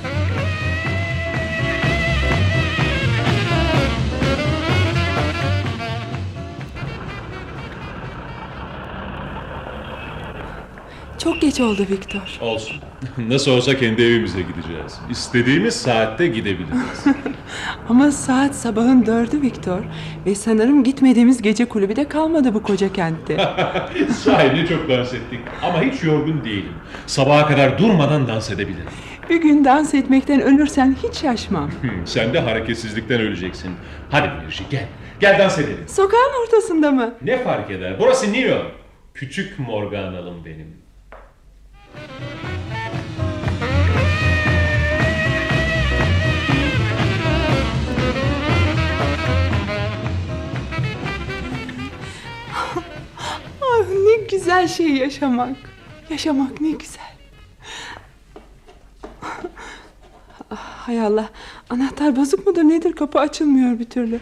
Çok geç oldu Victor. Olsun. Nasıl olsa kendi evimize gideceğiz. İstediğimiz saatte gidebiliriz. Ama saat sabahın dördü Victor. Ve sanırım gitmediğimiz gece kulübü de kalmadı bu koca kentte. Sahilde çok dans ettik ama hiç yorgun değilim. Sabaha kadar durmadan dans edebilirim. Bir gün dans etmekten ölürsen hiç şaşmam. Sen de hareketsizlikten öleceksin. Hadi Virgi gel. Gel dans edelim. Sokağın ortasında mı? Ne fark eder? Burası New York. Küçük Morgana'lım benim. Ah, ne güzel şey yaşamak. Yaşamak ne güzel. Ah, hay Allah. Anahtar bozuk mudur nedir? Kapı açılmıyor bir türlü.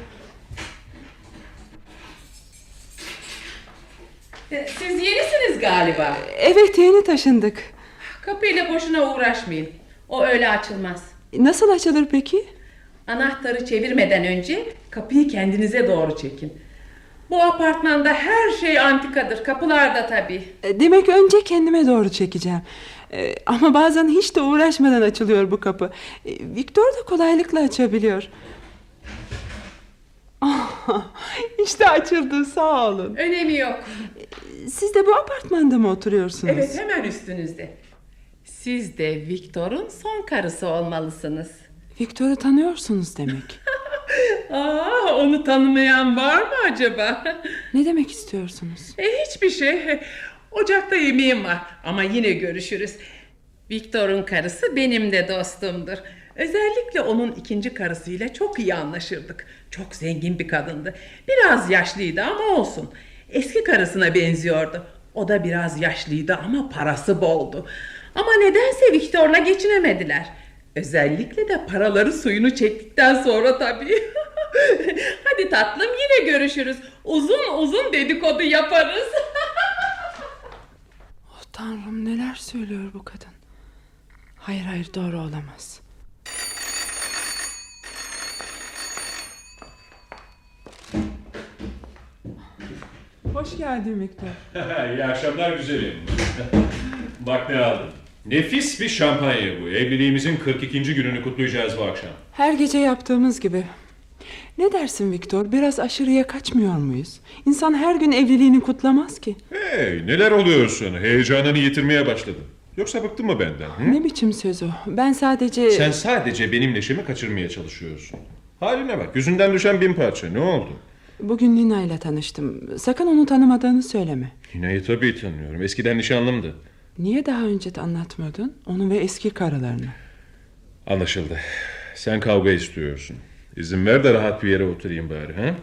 Siz yenisiniz galiba. Evet, yeni taşındık. Kapıyla boşuna uğraşmayın. O öyle açılmaz. Nasıl açılır peki? Anahtarı çevirmeden önce kapıyı kendinize doğru çekin. Bu apartmanda her şey antikadır. Kapılar da tabii. Demek önce kendime doğru çekeceğim. Ee, ama bazen hiç de uğraşmadan açılıyor bu kapı. Ee, Victor da kolaylıkla açabiliyor. Ah, işte açıldı, sağ olun. Önemi yok. Siz de bu apartmanda mı oturuyorsunuz? Evet, hemen üstünüzde. Siz de Victor'un son karısı olmalısınız. Victor'u tanıyorsunuz demek. Aa, onu tanımayan var mı acaba? Ne demek istiyorsunuz? E, hiçbir şey. Ocakta yemeğim var ama yine görüşürüz. Victor'un karısı benim de dostumdur. Özellikle onun ikinci karısıyla çok iyi anlaşırdık. Çok zengin bir kadındı. Biraz yaşlıydı ama olsun. Eski karısına benziyordu. O da biraz yaşlıydı ama parası boldu. Ama nedense Viktor'la geçinemediler. Özellikle de paraları suyunu çektikten sonra tabii. Hadi tatlım, yine görüşürüz. Uzun uzun dedikodu yaparız. Oh Tanrım, neler söylüyor bu kadın. Hayır hayır, doğru olamaz. Hoş geldin Viktor. İyi akşamlar güzelim. Bak ne aldım. Nefis bir şampanya bu. Evliliğimizin kırk ikinci gününü kutlayacağız bu akşam. Her gece yaptığımız gibi. Ne dersin Viktor? Biraz aşırıya kaçmıyor muyuz? İnsan her gün evliliğini kutlamaz ki. Hey, neler oluyor sana? Heyecanını yitirmeye başladın. Yoksa bıktın mı benden? Hı? Ne biçim söz o? Ben sadece... Sen sadece benim neşemi kaçırmaya çalışıyorsun. Haline bak, yüzünden düşen bin parça. Ne oldu? Bugün Nina ile tanıştım. Sakın onu tanımadığını söyleme. Nina'yı tabii tanıyorum. Eskiden nişanlımdı. Niye daha önce de anlatmadın? Onu ve eski karılarını. Anlaşıldı. Sen kavga istiyorsun. İzin ver de rahat bir yere oturayım bari. Ha?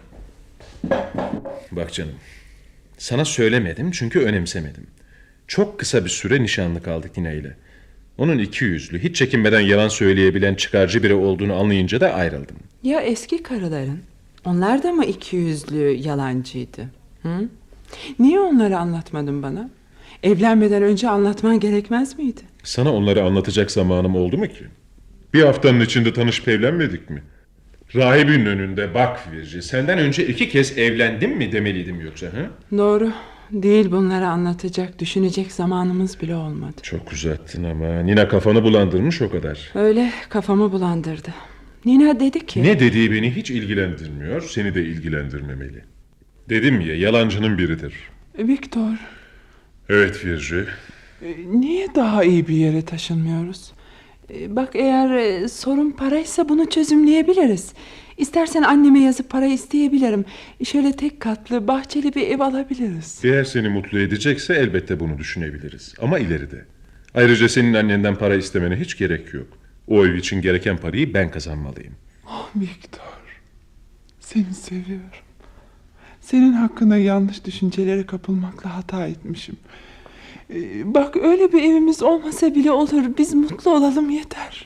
Bak canım. Sana söylemedim çünkü önemsemedim. Çok kısa bir süre nişanlı kaldık Nina ile. Onun iki yüzlü, hiç çekinmeden yalan söyleyebilen çıkarcı biri olduğunu anlayınca da ayrıldım. Ya eski karıların? Onlar da mı iki yüzlü, yalancıydı? Hı? Niye onları anlatmadın bana? Evlenmeden önce anlatman gerekmez miydi? Sana onları anlatacak zamanım oldu mu ki? Bir haftanın içinde tanışıp evlenmedik mi? Rahibin önünde bak Virci, senden önce iki kez evlendim mi demeliydim yoksa? Ha? Doğru. Değil, bunları anlatacak, düşünecek zamanımız bile olmadı. Çok uzattın ama Nina kafanı bulandırmış o kadar. Öyle, kafamı bulandırdı. Nina dedi ki... Ne dediği beni hiç ilgilendirmiyor, seni de ilgilendirmemeli. Dedim ya, yalancının biridir. Viktor, Evet Virci. niye daha iyi bir yere taşınmıyoruz? Bak, eğer e, sorun paraysa bunu çözümleyebiliriz. İstersen anneme yazıp para isteyebilirim. Şöyle tek katlı, bahçeli bir ev alabiliriz. Eğer seni mutlu edecekse elbette bunu düşünebiliriz. Ama ileride. Ayrıca senin annenden para istemene hiç gerek yok. O ev için gereken parayı ben kazanmalıyım. Oh Viktor, seni seviyorum. Senin hakkında yanlış düşüncelere kapılmakla hata etmişim. Ee, Bak, öyle bir evimiz olmasa bile olur. Biz mutlu olalım yeter.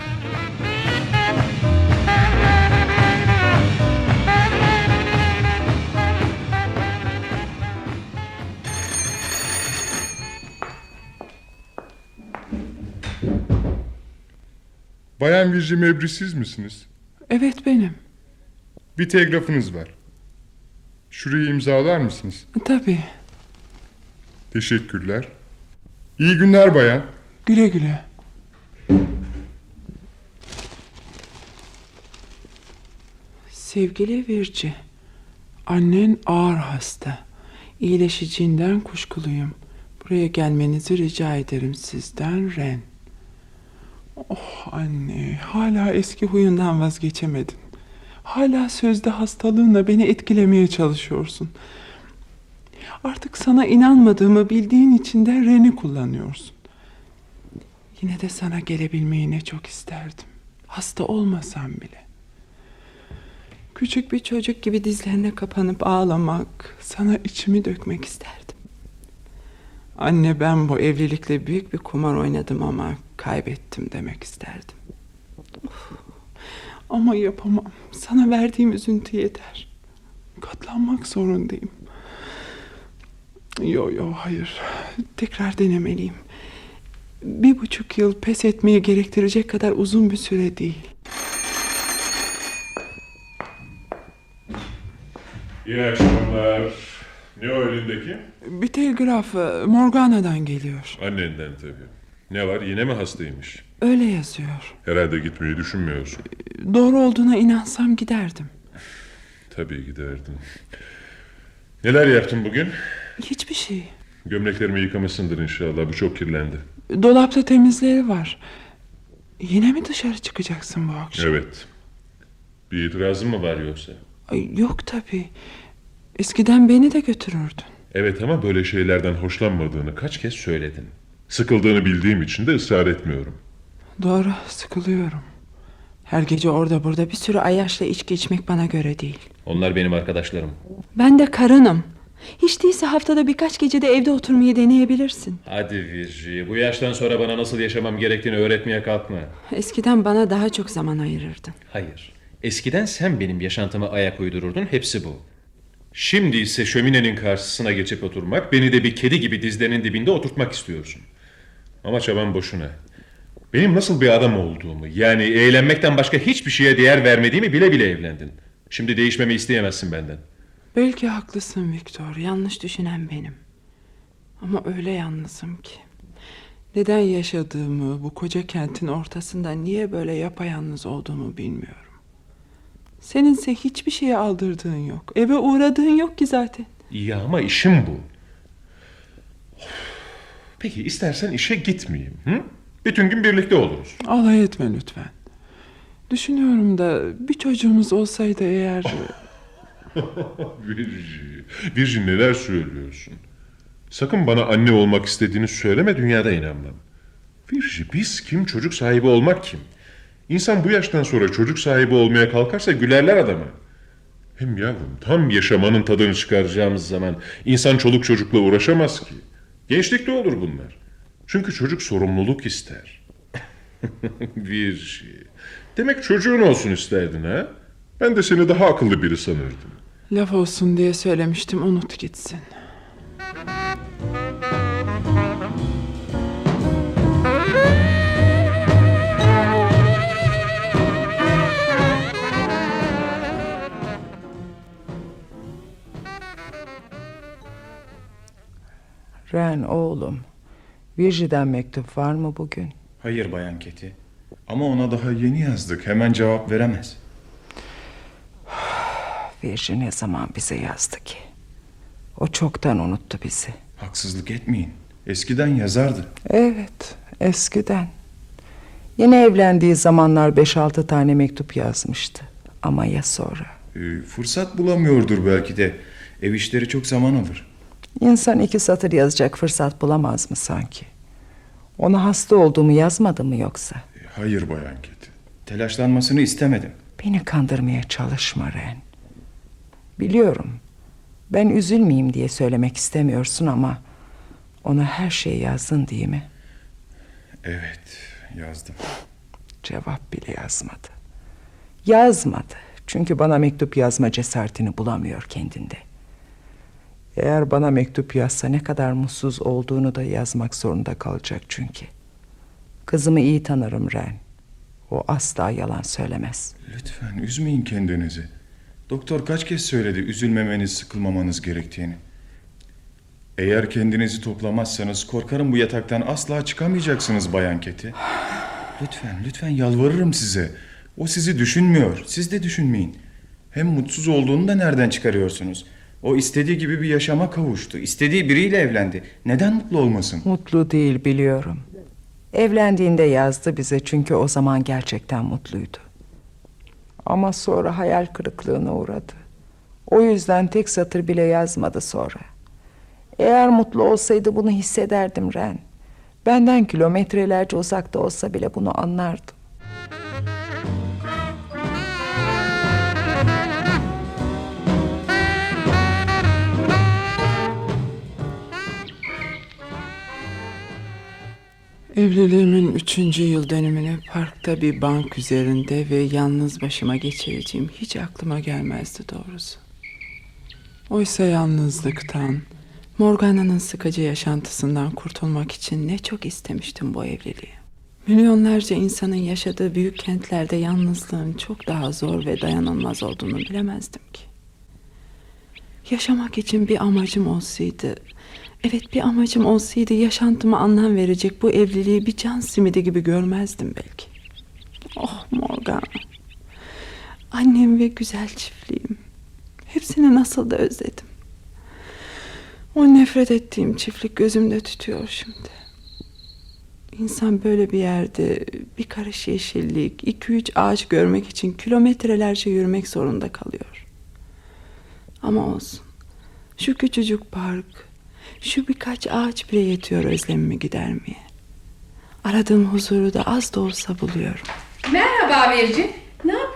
Bayan Virgi Mabry, siz misiniz? Evet, benim. Bir telgrafınız var. Şurayı imzalar mısınız? Tabii. Teşekkürler. İyi günler bayan. Güle güle. Sevgili Virgi, annen ağır hasta. İyileşeceğinden kuşkuluyum. Buraya gelmenizi rica ederim sizden, Ren. Oh anne, hala eski huyundan vazgeçemedin. Hala sözde hastalığınla beni etkilemeye çalışıyorsun. Artık sana inanmadığımı bildiğin için de Ren'i kullanıyorsun. Yine de sana gelebilmeyi ne çok isterdim. Hasta olmasam bile. Küçük bir çocuk gibi dizlerine kapanıp ağlamak, Sana içimi dökmek isterdim. anne ben bu evlilikle büyük bir kumar oynadım ama kaybettim demek isterdim. Ama yapamam. Sana verdiğim üzüntü yeter. Katlanmak zorundayım. Yo yo hayır. Tekrar denemeliyim. Bir buçuk yıl pes etmeyi gerektirecek kadar uzun bir süre değil. İyi akşamlar. Ne o elindeki? Bir telgraf e, Morgana'dan geliyor. Annenden tabii. Ne var, yine mi hastaymış? Öyle yazıyor. Herhalde gitmeyi düşünmüyorsun. Doğru olduğuna inansam giderdim. Tabii giderdin. Neler yaptın bugün? Hiçbir şey. Gömleklerimi yıkamışsındır inşallah. Bu çok kirlendi. Dolapta temizleri var. Yine mi dışarı çıkacaksın bu akşam? Evet. Bir itirazın mı var yoksa? Ay, yok tabii. Eskiden beni de götürürdün. Evet ama böyle şeylerden hoşlanmadığını kaç kez söyledin. Sıkıldığını bildiğim için de ısrar etmiyorum. Doğru, sıkılıyorum. Her gece orada burada bir sürü ayyaşla içki içmek bana göre değil. Onlar benim arkadaşlarım. Ben de karınım. Hiç değilse haftada birkaç gece de evde oturmayı deneyebilirsin. Hadi Virgi, bu yaştan sonra bana nasıl yaşamam gerektiğini öğretmeye kalkma. Eskiden bana daha çok zaman ayırırdın. Hayır. Eskiden sen benim yaşantıma ayak uydururdun, hepsi bu. Şimdi ise şöminenin karşısına geçip oturmak, beni de bir kedi gibi dizlerinin dibinde oturtmak istiyorsun. Ama çaban boşuna. Benim nasıl bir adam olduğumu, yani eğlenmekten başka hiçbir şeye değer vermediğimi bile bile evlendin. Şimdi değişmemi isteyemezsin benden. Belki haklısın Victor. Yanlış düşünen benim. Ama öyle yalnızım ki. Neden yaşadığımı, bu koca kentin ortasında niye böyle yapayalnız olduğumu bilmiyorum. Seninse hiçbir şeye aldırdığın yok. Eve uğradığın yok ki zaten. İyi ama işim bu. Peki istersen işe gitmeyeyim. Hı? Bütün gün birlikte oluruz. Alay etme lütfen. Düşünüyorum da bir çocuğumuz olsaydı eğer... Virgi, Virgi neler söylüyorsun? Sakın bana anne olmak istediğini söyleme, dünyada inanmam. Virgi, biz kim, çocuk sahibi olmak kim? İnsan bu yaştan sonra çocuk sahibi olmaya kalkarsa gülerler adama. Hem yavrum, tam yaşamanın tadını çıkaracağımız zaman insan çoluk çocukla uğraşamaz ki. Gençlikte olur bunlar. Çünkü çocuk sorumluluk ister. Virgi, demek çocuğun olsun isterdin ha? Ben de seni daha akıllı biri sanırdım. Laf olsun diye söylemiştim, unut gitsin. Ren oğlum, Virgi'den mektup var mı bugün? Hayır Bayan Keti. Ama ona daha yeni yazdık. Hemen cevap veremez. Virgi ne zaman bize yazdı ki? O çoktan unuttu bizi. Haksızlık etmeyin. Eskiden yazardı. Evet, eskiden. Yeni evlendiği zamanlar beş altı tane mektup yazmıştı. Ama ya sonra? Ee, fırsat bulamıyordur belki de. Ev işleri çok zaman alır. İnsan iki satır yazacak fırsat bulamaz mı sanki? Ona hasta olduğumu yazmadı mı yoksa? Ee, hayır Bayan Keti. Telaşlanmasını istemedim. Beni kandırmaya çalışma Ren. Biliyorum. Ben üzülmeyeyim diye söylemek istemiyorsun ama... ona her şeyi yazdın değil mi? Evet, yazdım. Cevap bile yazmadı. Yazmadı. Çünkü bana mektup yazma cesaretini bulamıyor kendinde. Eğer bana mektup yazsa ne kadar mutsuz olduğunu da yazmak zorunda kalacak çünkü. Kızımı iyi tanırım Ren. O asla yalan söylemez. Lütfen üzmeyin kendinizi. Doktor kaç kez söyledi üzülmemeniz, sıkılmamanız gerektiğini. Eğer kendinizi toplamazsanız korkarım bu yataktan asla çıkamayacaksınız Bayan Keti. Lütfen, lütfen yalvarırım size. O sizi düşünmüyor, siz de düşünmeyin. Hem mutsuz olduğunu da nereden çıkarıyorsunuz? O istediği gibi bir yaşama kavuştu. İstediği biriyle evlendi. Neden mutlu olmasın? Mutlu değil biliyorum. Evlendiğinde yazdı bize çünkü o zaman gerçekten mutluydu. Ama sonra hayal kırıklığına uğradı. O yüzden tek satır bile yazmadı sonra. Eğer mutlu olsaydı bunu hissederdim Ren. Benden kilometrelerce uzakta olsa bile bunu anlardım. Evliliğimin üçüncü yıl dönümünü parkta bir bank üzerinde ve yalnız başıma geçireceğim hiç aklıma gelmezdi doğrusu. Oysa yalnızlıktan, Morgana'nın sıkıcı yaşantısından kurtulmak için ne çok istemiştim bu evliliği. Milyonlarca insanın yaşadığı büyük kentlerde yalnızlığın çok daha zor ve dayanılmaz olduğunu bilemezdim ki. Yaşamak için bir amacım olsaydı, evet bir amacım olsaydı yaşantıma anlam verecek bu evliliği bir can simidi gibi görmezdim belki. Oh Morgana, annem ve güzel çiftliğim, hepsini nasıl da özledim. O nefret ettiğim çiftlik gözümde tütüyor şimdi. İnsan böyle bir yerde bir karış yeşillik, iki üç ağaç görmek için kilometrelerce yürümek zorunda kalıyor. Ama olsun. Şu küçücük park, şu birkaç ağaç bile yetiyor özlemimi gidermeye. Aradığım huzuru da az da olsa buluyorum. Merhaba Virgi.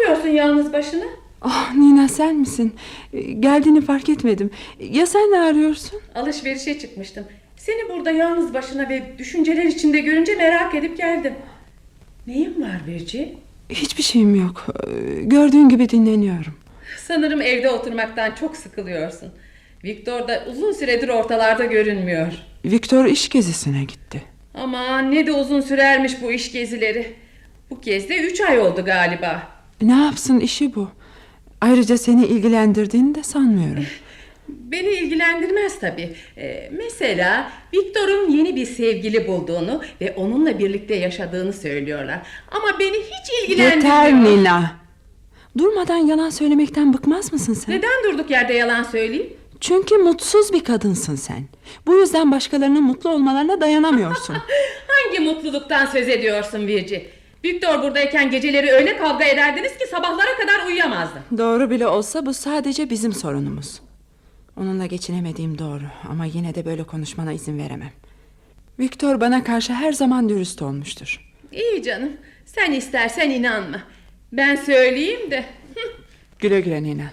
yapıyorsun yalnız başına? Ah Nina, sen misin? Geldiğini fark etmedim. Ya sen ne arıyorsun? Alışverişe çıkmıştım. Seni burada yalnız başına ve düşünceler içinde görünce merak edip geldim. Neyin var Virci? Hiçbir şeyim yok. Gördüğün gibi dinleniyorum. Sanırım evde oturmaktan çok sıkılıyorsun. Victor da uzun süredir ortalarda görünmüyor. Victor iş gezisine gitti. Aman ne de uzun sürermiş bu iş gezileri. Bu kez de üç ay oldu galiba. Ne yapsın, işi bu. Ayrıca seni ilgilendirdiğini de sanmıyorum. Beni ilgilendirmez tabii. Ee, mesela Victor'un yeni bir sevgili bulduğunu ve onunla birlikte yaşadığını söylüyorlar. Ama beni hiç ilgilendirmiyor. Yeter Nina. Durmadan yalan söylemekten bıkmaz mısın sen? Neden durduk yerde yalan söyleyeyim? Çünkü mutsuz bir kadınsın sen. Bu yüzden başkalarının mutlu olmalarına dayanamıyorsun. Hangi mutluluktan söz ediyorsun Virci? Victor buradayken geceleri öyle kavga ederdiniz ki sabahlara kadar uyuyamazdım. Doğru bile olsa bu sadece bizim sorunumuz. Onunla geçinemediğim doğru ama yine de böyle konuşmana izin veremem. Victor bana karşı her zaman dürüst olmuştur. İyi canım, sen istersen inanma. Ben söyleyeyim de. Güle güle Nina.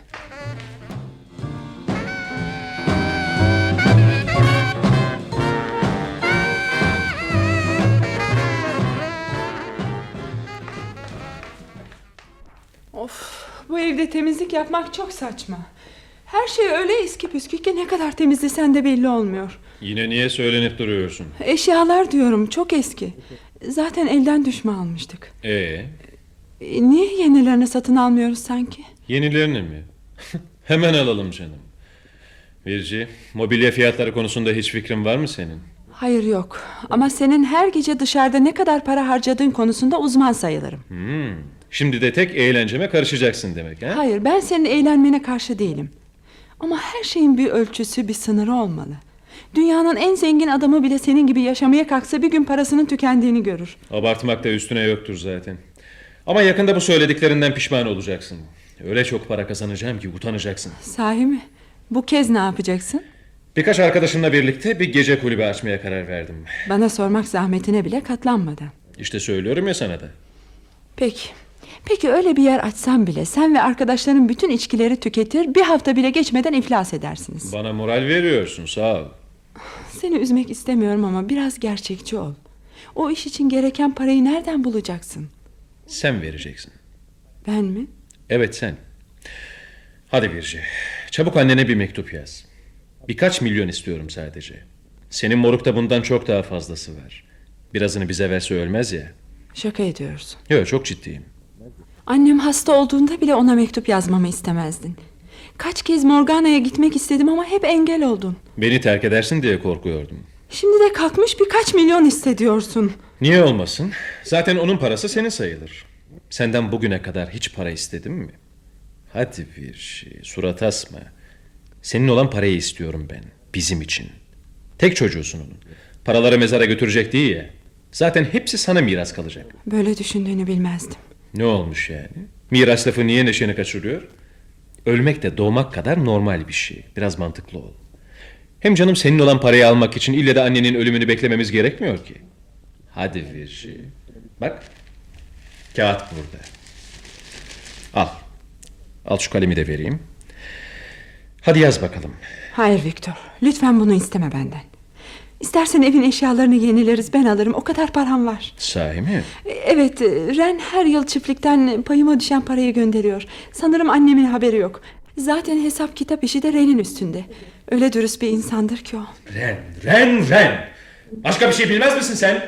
Of, bu evde temizlik yapmak çok saçma. Her şey öyle eski püskü ki ne kadar temizlesen de belli olmuyor. Yine niye söylenip duruyorsun? Eşyalar diyorum, çok eski. Zaten elden düşme almıştık. Ee, E, Niye yenilerini satın almıyoruz sanki? yenilerini mi? Hemen alalım canım. Virci, mobilya fiyatları konusunda hiç fikrin var mı senin? Hayır, yok. Ama senin her gece dışarıda ne kadar para harcadığın konusunda uzman sayılırım. Hmm. Şimdi de tek eğlenceme karışacaksın demek ha? Hayır, ben senin eğlenmene karşı değilim. Ama her şeyin bir ölçüsü, bir sınırı olmalı. Dünyanın en zengin adamı bile senin gibi yaşamaya kalksa bir gün parasının tükendiğini görür. Abartmak da üstüne yoktur zaten. Ama yakında bu söylediklerinden pişman olacaksın. Öyle çok para kazanacağım ki utanacaksın. Sahi mi? Bu kez ne yapacaksın? Birkaç arkadaşımla birlikte bir gece kulübü açmaya karar verdim. Bana sormak zahmetine bile katlanmadan. İşte söylüyorum ya sana da. Peki. Peki öyle bir yer açsam bile sen ve arkadaşların bütün içkileri tüketir, bir hafta bile geçmeden iflas edersiniz. Bana moral veriyorsun, sağ ol. Seni üzmek istemiyorum ama biraz gerçekçi ol. O iş için gereken parayı nereden bulacaksın? Sen vereceksin. Ben mi? Evet, sen. Hadi Virci, çabuk annene bir mektup yaz. Birkaç milyon istiyorum sadece. Senin morukta bundan çok daha fazlası var. Birazını bize verse ölmez ya. Şaka ediyorsun. Yok, çok ciddiyim. Annem hasta olduğunda bile ona mektup yazmamı istemezdin. Kaç kez Morgana'ya gitmek istedim ama hep engel oldun. Beni terk edersin diye korkuyordum. Şimdi de kalkmış birkaç milyon hissediyorsun. Niye olmasın? Zaten onun parası senin sayılır. Senden bugüne kadar hiç para istedim mi? Hadi Virji, surat asma. Senin olan parayı istiyorum ben. Bizim için. Tek çocuğusun onun. Paraları mezara götürecek değil ya. Zaten hepsi sana miras kalacak. Böyle düşündüğünü bilmezdim. Ne olmuş yani? Miras lafı niye neşeni kaçırıyor? Ölmek de doğmak kadar normal bir şey. Biraz mantıklı ol. Hem canım, senin olan parayı almak için ille de annenin ölümünü beklememiz gerekmiyor ki. Hadi Virji. Bak. Kağıt burada. Al. Al şu kalemi de vereyim. Hadi yaz bakalım. Hayır Victor, lütfen bunu isteme benden. İstersen evin eşyalarını yenileriz, ben alırım, o kadar param var. Sahi mi? Evet, Ren her yıl çiftlikten payıma düşen parayı gönderiyor. Sanırım annemin haberi yok. Zaten hesap kitap işi de Ren'in üstünde. Öyle dürüst bir insandır ki o. Ren, Ren, Ren. Başka bir şey bilmez misin sen?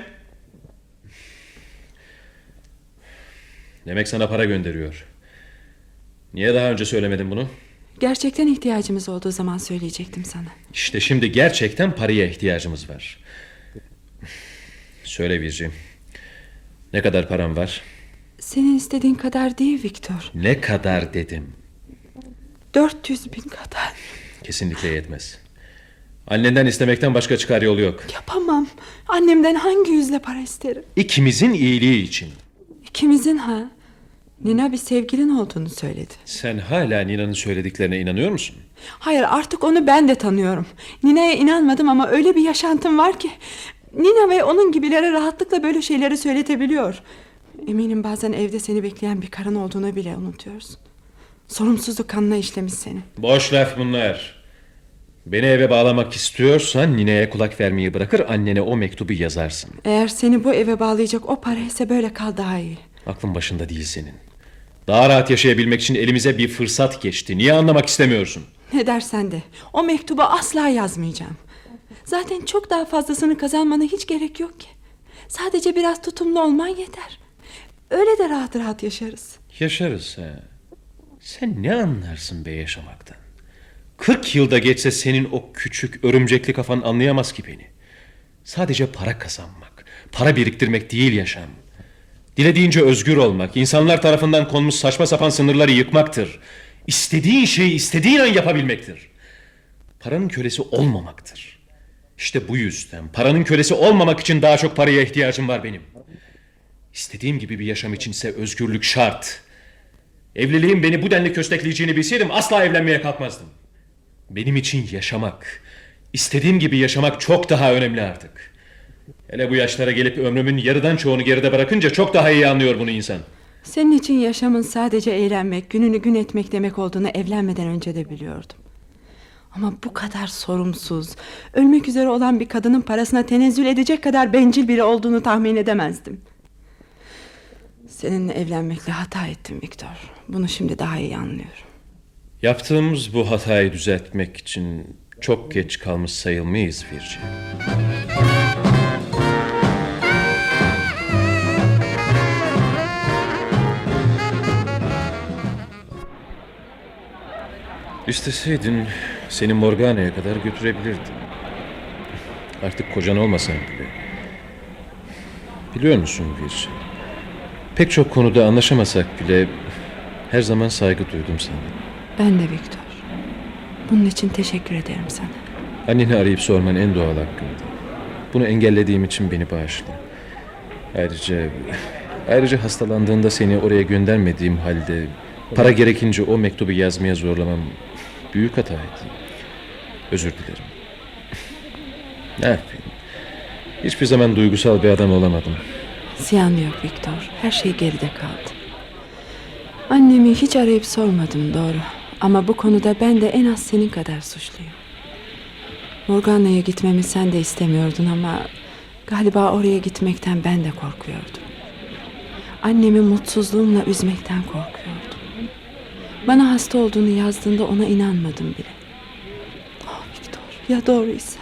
Demek sana para gönderiyor. Niye daha önce söylemedin bunu? Gerçekten ihtiyacımız olduğu zaman söyleyecektim sana. İşte şimdi gerçekten paraya ihtiyacımız var. Söyle Virgi. Ne kadar param var? Senin istediğin kadar değil Victor. Ne kadar dedim. Dört yüz bin kadar. Kesinlikle yetmez. Annenden istemekten başka çıkar yolu yok. Yapamam. Annemden hangi yüzle para isterim? İkimizin iyiliği için. İkimizin ha. Nina bir sevgilin olduğunu söyledi. Sen hala Nina'nın söylediklerine inanıyor musun? Hayır, artık onu ben de tanıyorum. Nina'ya inanmadım ama öyle bir yaşantım var ki Nina ve onun gibilere rahatlıkla böyle şeyleri söyletebiliyor. Eminim bazen evde seni bekleyen bir karın olduğunu bile unutuyorsun. Sorumsuzluk kanına işlemiş seni. Boş laf bunlar. Beni eve bağlamak istiyorsan nineye kulak vermeyi bırakır, annene o mektubu yazarsın. Eğer seni bu eve bağlayacak o para ise böyle kal daha iyi. Aklın başında değil senin. Daha rahat yaşayabilmek için elimize bir fırsat geçti. Niye anlamak istemiyorsun? Ne dersen de o mektubu asla yazmayacağım. Zaten çok daha fazlasını kazanmana hiç gerek yok ki. Sadece biraz tutumlu olman yeter. Öyle de rahat rahat yaşarız. Yaşarız ha. Sen ne anlarsın be yaşamaktan? Kırk yılda geçse senin o küçük örümcekli kafan anlayamaz ki beni. Sadece para kazanmak, para biriktirmek değil yaşam. Dilediğince özgür olmak, insanlar tarafından konmuş saçma sapan sınırları yıkmaktır. İstediğin şeyi istediğin an yapabilmektir. Paranın kölesi olmamaktır. İşte bu yüzden paranın kölesi olmamak için daha çok paraya ihtiyacım var benim. İstediğim gibi bir yaşam içinse özgürlük şart. Evliliğin beni bu denli köstekleyeceğini bilseydim asla evlenmeye kalkmazdım. Benim için yaşamak, istediğim gibi yaşamak çok daha önemli artık. Hele bu yaşlara gelip ömrümün yarıdan çoğunu geride bırakınca çok daha iyi anlıyor bunu insan. Senin için yaşamın sadece eğlenmek, gününü gün etmek demek olduğunu evlenmeden önce de biliyordum. Ama bu kadar sorumsuz, ölmek üzere olan bir kadının parasına tenezzül edecek kadar bencil biri olduğunu tahmin edemezdim. Seninle evlenmekle hata ettim Victor. Bunu şimdi daha iyi anlıyorum. Yaptığımız bu hatayı düzeltmek için çok geç kalmış sayılmayız Virgil. İsteseydin seni Morgana'ya kadar götürebilirdim. Artık kocan olmasan bile. Biliyor musun Virgil? Pek çok konuda anlaşamasak bile her zaman saygı duydum sana. Ben de Victor. Bunun için teşekkür ederim sana. Anneni arayıp sorman en doğal hakkımdı. Bunu engellediğim için beni bağışla. Ayrıca ayrıca hastalandığında seni oraya göndermediğim halde para gerekince o mektubu yazmaya zorlamam büyük hataydı. Özür dilerim. Ne yapayım? Hiçbir zaman duygusal bir adam olamadım. Ziyan yok Victor. Her şey geride kaldı. Annemi hiç arayıp sormadım doğru. Ama bu konuda ben de en az senin kadar suçluyum. Morgana'ya gitmemi sen de istemiyordun ama galiba oraya gitmekten ben de korkuyordum. Annemi mutsuzluğumla üzmekten korkuyordum. Bana hasta olduğunu yazdığında ona inanmadım bile. Oh Victor, ya doğruysa.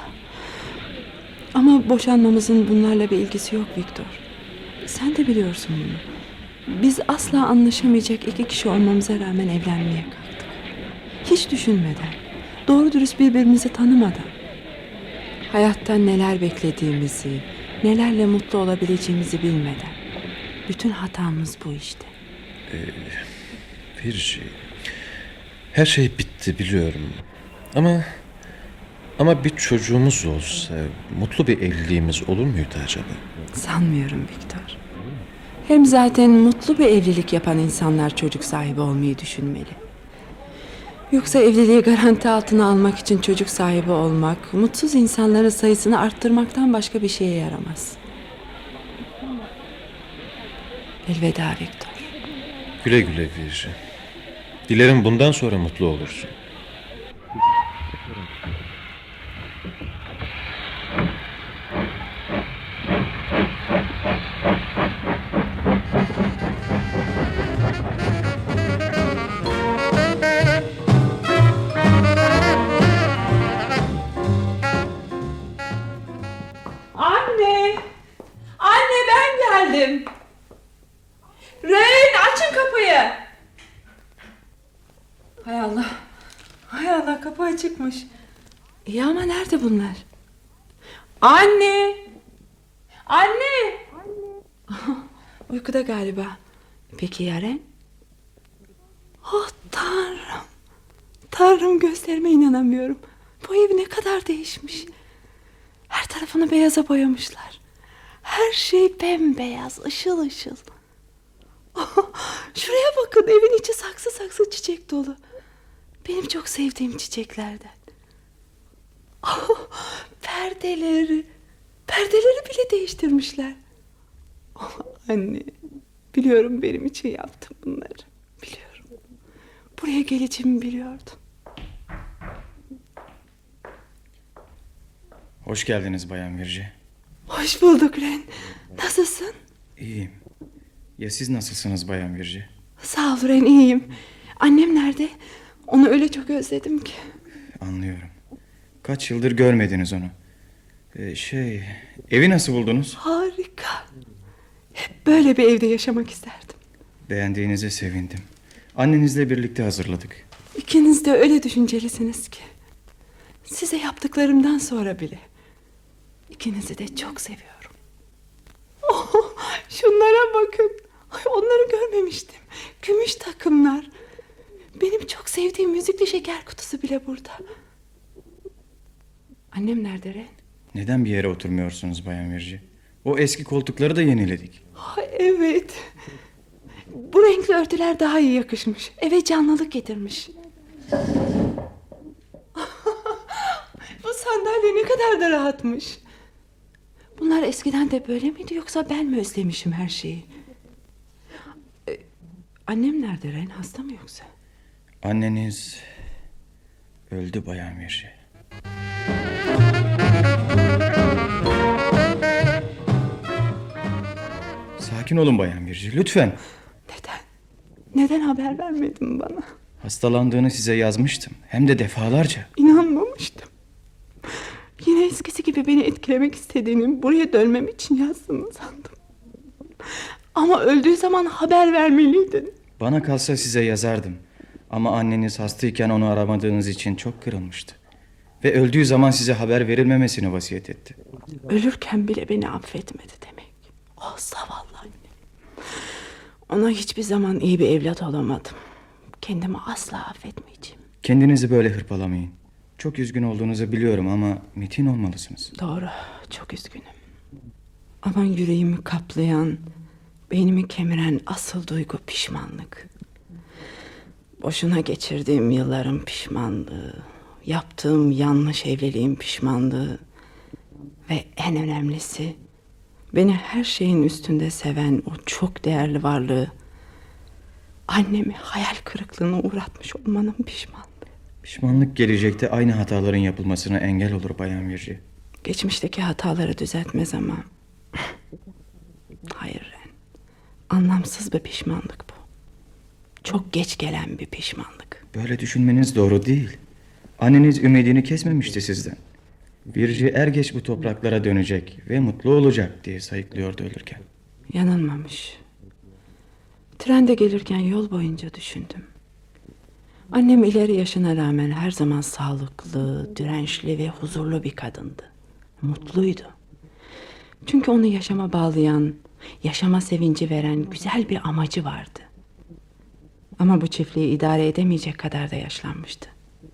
Ama boşanmamızın bunlarla bir ilgisi yok Victor. Sen de biliyorsun bunu. Biz asla anlaşamayacak iki kişi olmamıza rağmen evlenmeye kalktık. Hiç düşünmeden, doğru dürüst birbirimizi tanımadan. Hayattan neler beklediğimizi, nelerle mutlu olabileceğimizi bilmeden. Bütün hatamız bu işte. Ee, Virgil, her şey bitti biliyorum. Ama ama bir çocuğumuz olsa mutlu bir evliliğimiz olur muydu acaba? Sanmıyorum Victor. Hem zaten mutlu bir evlilik yapan insanlar çocuk sahibi olmayı düşünmeli. Yoksa evliliği garanti altına almak için çocuk sahibi olmak, mutsuz insanların sayısını arttırmaktan başka bir şeye yaramaz. Elveda Victor. Güle güle Virgil. Dilerim bundan sonra mutlu olursun. Anne! Anne ben geldim. Ren açın kapıyı. Hay Allah. Hay Allah kapı açıkmış. İyi ama nerede bunlar? Anne! Anne! Uykuda galiba. Peki ya Ren? Oh Tanrım. Tanrım gözlerime inanamıyorum. Bu ev ne kadar değişmiş. Her tarafını beyaza boyamışlar. Her şey bembeyaz, ışıl ışıl. Oh, şuraya bakın, evin içi saksı saksı çiçek dolu. Benim çok sevdiğim çiçeklerden. Oh, perdeleri, perdeleri bile değiştirmişler. Oh, anne, Biliyorum benim için yaptım bunları. Biliyorum. Buraya geleceğimi biliyordum. Hoş geldiniz Bayan Virji. Hoş bulduk Ren. Nasılsın? İyiyim. Ya siz nasılsınız Bayan Virji? Sağ ol Ren, iyiyim. Annem nerede? Onu öyle çok özledim ki. Anlıyorum. Kaç yıldır görmediniz onu. Ee, şey, evi nasıl buldunuz? Harika. Hep böyle bir evde yaşamak isterdim. Beğendiğinize sevindim. Annenizle birlikte hazırladık. İkiniz de öyle düşüncelisiniz ki. Size yaptıklarımdan sonra bile. İkinizi de çok seviyorum. Oh, şunlara bakın. Ay, onları görmemiştim. Gümüş takımlar. Benim çok sevdiğim müzikli şeker kutusu bile burada. Annem nerede Ren? Neden bir yere oturmuyorsunuz Bayan Virji? O eski koltukları da yeniledik. Ha, evet. Bu renkli örtüler daha iyi yakışmış. Eve canlılık getirmiş. Bu sandalye ne kadar da rahatmış. Bunlar eskiden de böyle miydi, yoksa ben mi özlemişim her şeyi? Ee, annem nerede Ren? Hasta mı yoksa? Anneniz öldü Bayan Virji. Sakin olun Bayan Virji, lütfen. Neden? Neden haber vermedin bana? Hastalandığını size yazmıştım. Hem de defalarca. İnanmamıştım. Yine eskisi gibi beni etkilemek istediğini, buraya dönmem için yazdığını sandım. Ama öldüğü zaman haber vermeliydin. Bana kalsa size yazardım. Ama anneniz hastayken onu aramadığınız için çok kırılmıştı. Ve öldüğü zaman size haber verilmemesini vasiyet etti. Ölürken bile beni affetmedi demek. Oh, zavallı anne. Ona hiçbir zaman iyi bir evlat olamadım. Kendimi asla affetmeyeceğim. Kendinizi böyle hırpalamayın. Çok üzgün olduğunuzu biliyorum ama metin olmalısınız. Doğru, çok üzgünüm. Ama yüreğimi kaplayan, beynimi kemiren asıl duygu pişmanlık. Boşuna geçirdiğim yılların pişmanlığı, yaptığım yanlış evliliğin pişmanlığı ve en önemlisi beni her şeyin üstünde seven o çok değerli varlığı, annemi hayal kırıklığına uğratmış olmanın pişmanlığı. Pişmanlık gelecekte aynı hataların yapılmasına engel olur Bayan Virji. Geçmişteki hataları düzeltmez ama hayır Ren, anlamsız bir pişmanlık bu. Çok geç gelen bir pişmanlık. Böyle düşünmeniz doğru değil. Anneniz ümidini kesmemişti sizden. Virji er geç bu topraklara dönecek ve mutlu olacak diye sayıklıyordu ölürken. Yanılmamış. Trende gelirken yol boyunca düşündüm. Annem ileri yaşına rağmen her zaman sağlıklı, dirençli ve huzurlu bir kadındı. Mutluydu. Çünkü onu yaşama bağlayan, yaşama sevinci veren güzel bir amacı vardı. Ama bu çiftliği idare edemeyecek kadar da yaşlanmıştı.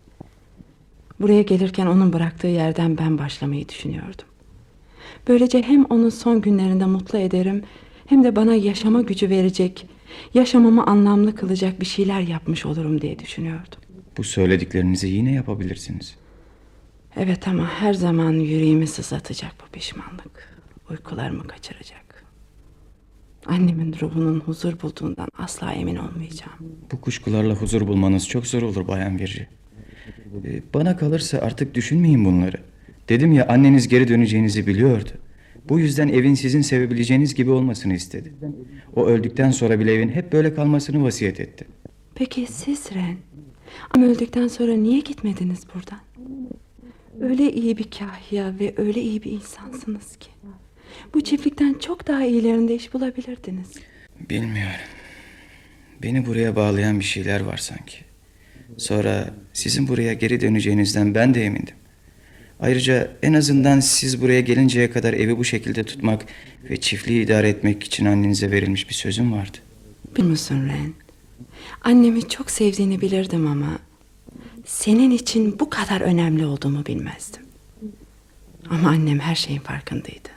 Buraya gelirken onun bıraktığı yerden ben başlamayı düşünüyordum. Böylece hem onun son günlerinde mutlu ederim, hem de bana yaşama gücü verecek, yaşamamı anlamlı kılacak bir şeyler yapmış olurum diye düşünüyordum. Bu söylediklerinizi yine yapabilirsiniz. Evet, ama her zaman yüreğimi sızlatacak bu pişmanlık. Uykularımı kaçıracak. Annemin ruhunun huzur bulduğundan asla emin olmayacağım. Bu kuşkularla huzur bulmanız çok zor olur Bayan Virji. Ee, bana kalırsa artık düşünmeyin bunları. Dedim ya, anneniz geri döneceğinizi biliyordu. Bu yüzden evin sizin sevebileceğiniz gibi olmasını istedi. O öldükten sonra bile evin hep böyle kalmasını vasiyet etti. Peki siz Ren? Ama öldükten sonra niye gitmediniz buradan? Öyle iyi bir kahya ve öyle iyi bir insansınız ki. Bu çiftlikten çok daha iyilerinde iş bulabilirdiniz. Bilmiyorum. Beni buraya bağlayan bir şeyler var sanki. Sonra sizin buraya geri döneceğinizden ben de emindim. Ayrıca en azından siz buraya gelinceye kadar evi bu şekilde tutmak ve çiftliği idare etmek için annenize verilmiş bir sözüm vardı. Biliyor musun Ren? Annemi çok sevdiğini bilirdim ama senin için bu kadar önemli olduğumu bilmezdim. Ama annem her şeyin farkındaydı.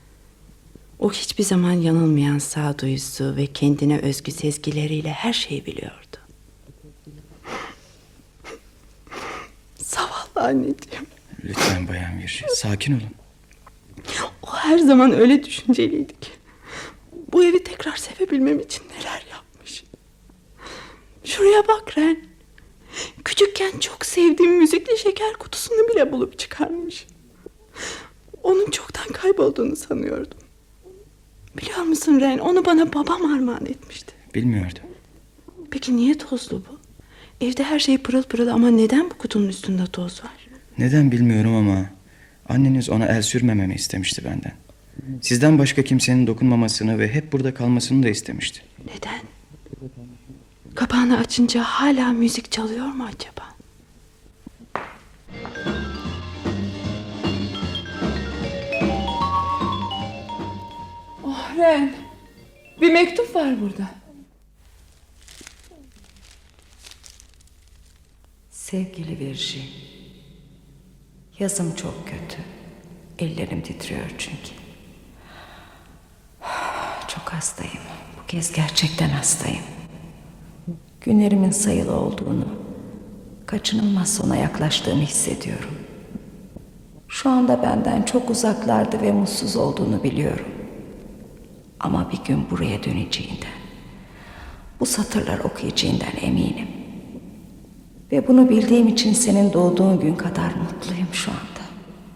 O hiçbir zaman yanılmayan sağduyusu ve kendine özgü sezgileriyle her şeyi biliyordu. Zavallı anneciğim. Lütfen Bayan Virji, sakin olun. O her zaman öyle düşünceliydi ki. bu evi tekrar sevebilmem için neler yapmış. Şuraya bak Ren. Küçükken çok sevdiğim müzikli şeker kutusunu bile bulup çıkarmış. Onun çoktan kaybolduğunu sanıyordum. Biliyor musun Ren, onu bana babam armağan etmişti. Bilmiyordum. Peki niye tozlu bu? Evde her şey pırıl pırıl ama neden bu kutunun üstünde toz var? Neden bilmiyorum ama anneniz ona el sürmememi istemişti benden. Sizden başka kimsenin dokunmamasını ve hep burada kalmasını da istemişti. Neden? Kapağını açınca hala müzik çalıyor mu acaba? Oh Ren, bir mektup var burada. Sevgili Virji, yazım çok kötü. Ellerim titriyor çünkü. Çok hastayım. Bu kez gerçekten hastayım. Günlerimin sayılı olduğunu, kaçınılmaz sona yaklaştığımı hissediyorum. Şu anda benden çok uzaklarda ve mutsuz olduğunu biliyorum. Ama bir gün buraya döneceğinden, bu satırlar okuyacağından eminim. Ve bunu bildiğim için senin doğduğun gün kadar mutluyum şu anda.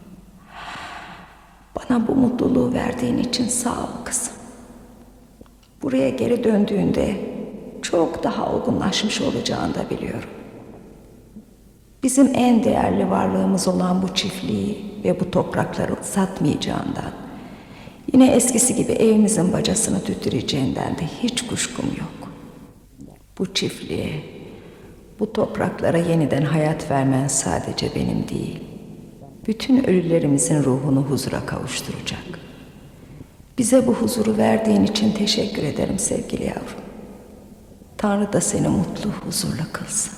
Bana bu mutluluğu verdiğin için sağ ol kızım. Buraya geri döndüğünde çok daha olgunlaşmış olacağını da biliyorum. Bizim en değerli varlığımız olan bu çiftliği ve bu toprakları satmayacağından, yine eskisi gibi evimizin bacasını tüttüreceğinden de hiç kuşkum yok. Bu çiftliğe, bu topraklara yeniden hayat vermen sadece benim değil, bütün ölülerimizin ruhunu huzura kavuşturacak. Bize bu huzuru verdiğin için teşekkür ederim sevgili yavrum. Tanrı da seni mutlu, huzurla kılsın.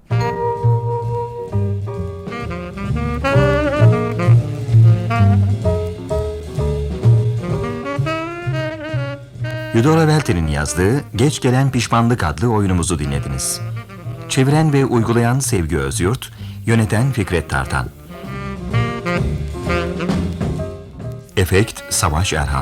Eudora Welty'nin yazdığı Geç Gelen Pişmanlık adlı oyunumuzu dinlediniz. Çeviren ve uygulayan Sevgi Özyurt, yöneten Fikret Tartan. Efekt Savaş Erhan.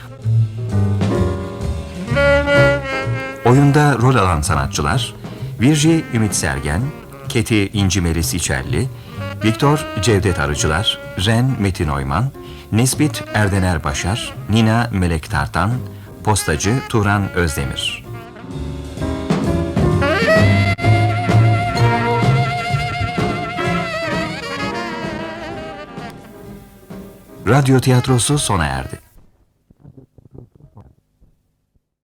Oyunda rol alan sanatçılar Virji Ümit Sergen, Keti İnci Melis İçerli, Viktor Cevdet Arıcılar, Ren Metin Oyman, Nesbit Erdener Başar, Nina Melek Tartan, Postacı Turan Özdemir. Radyo tiyatrosu sona erdi.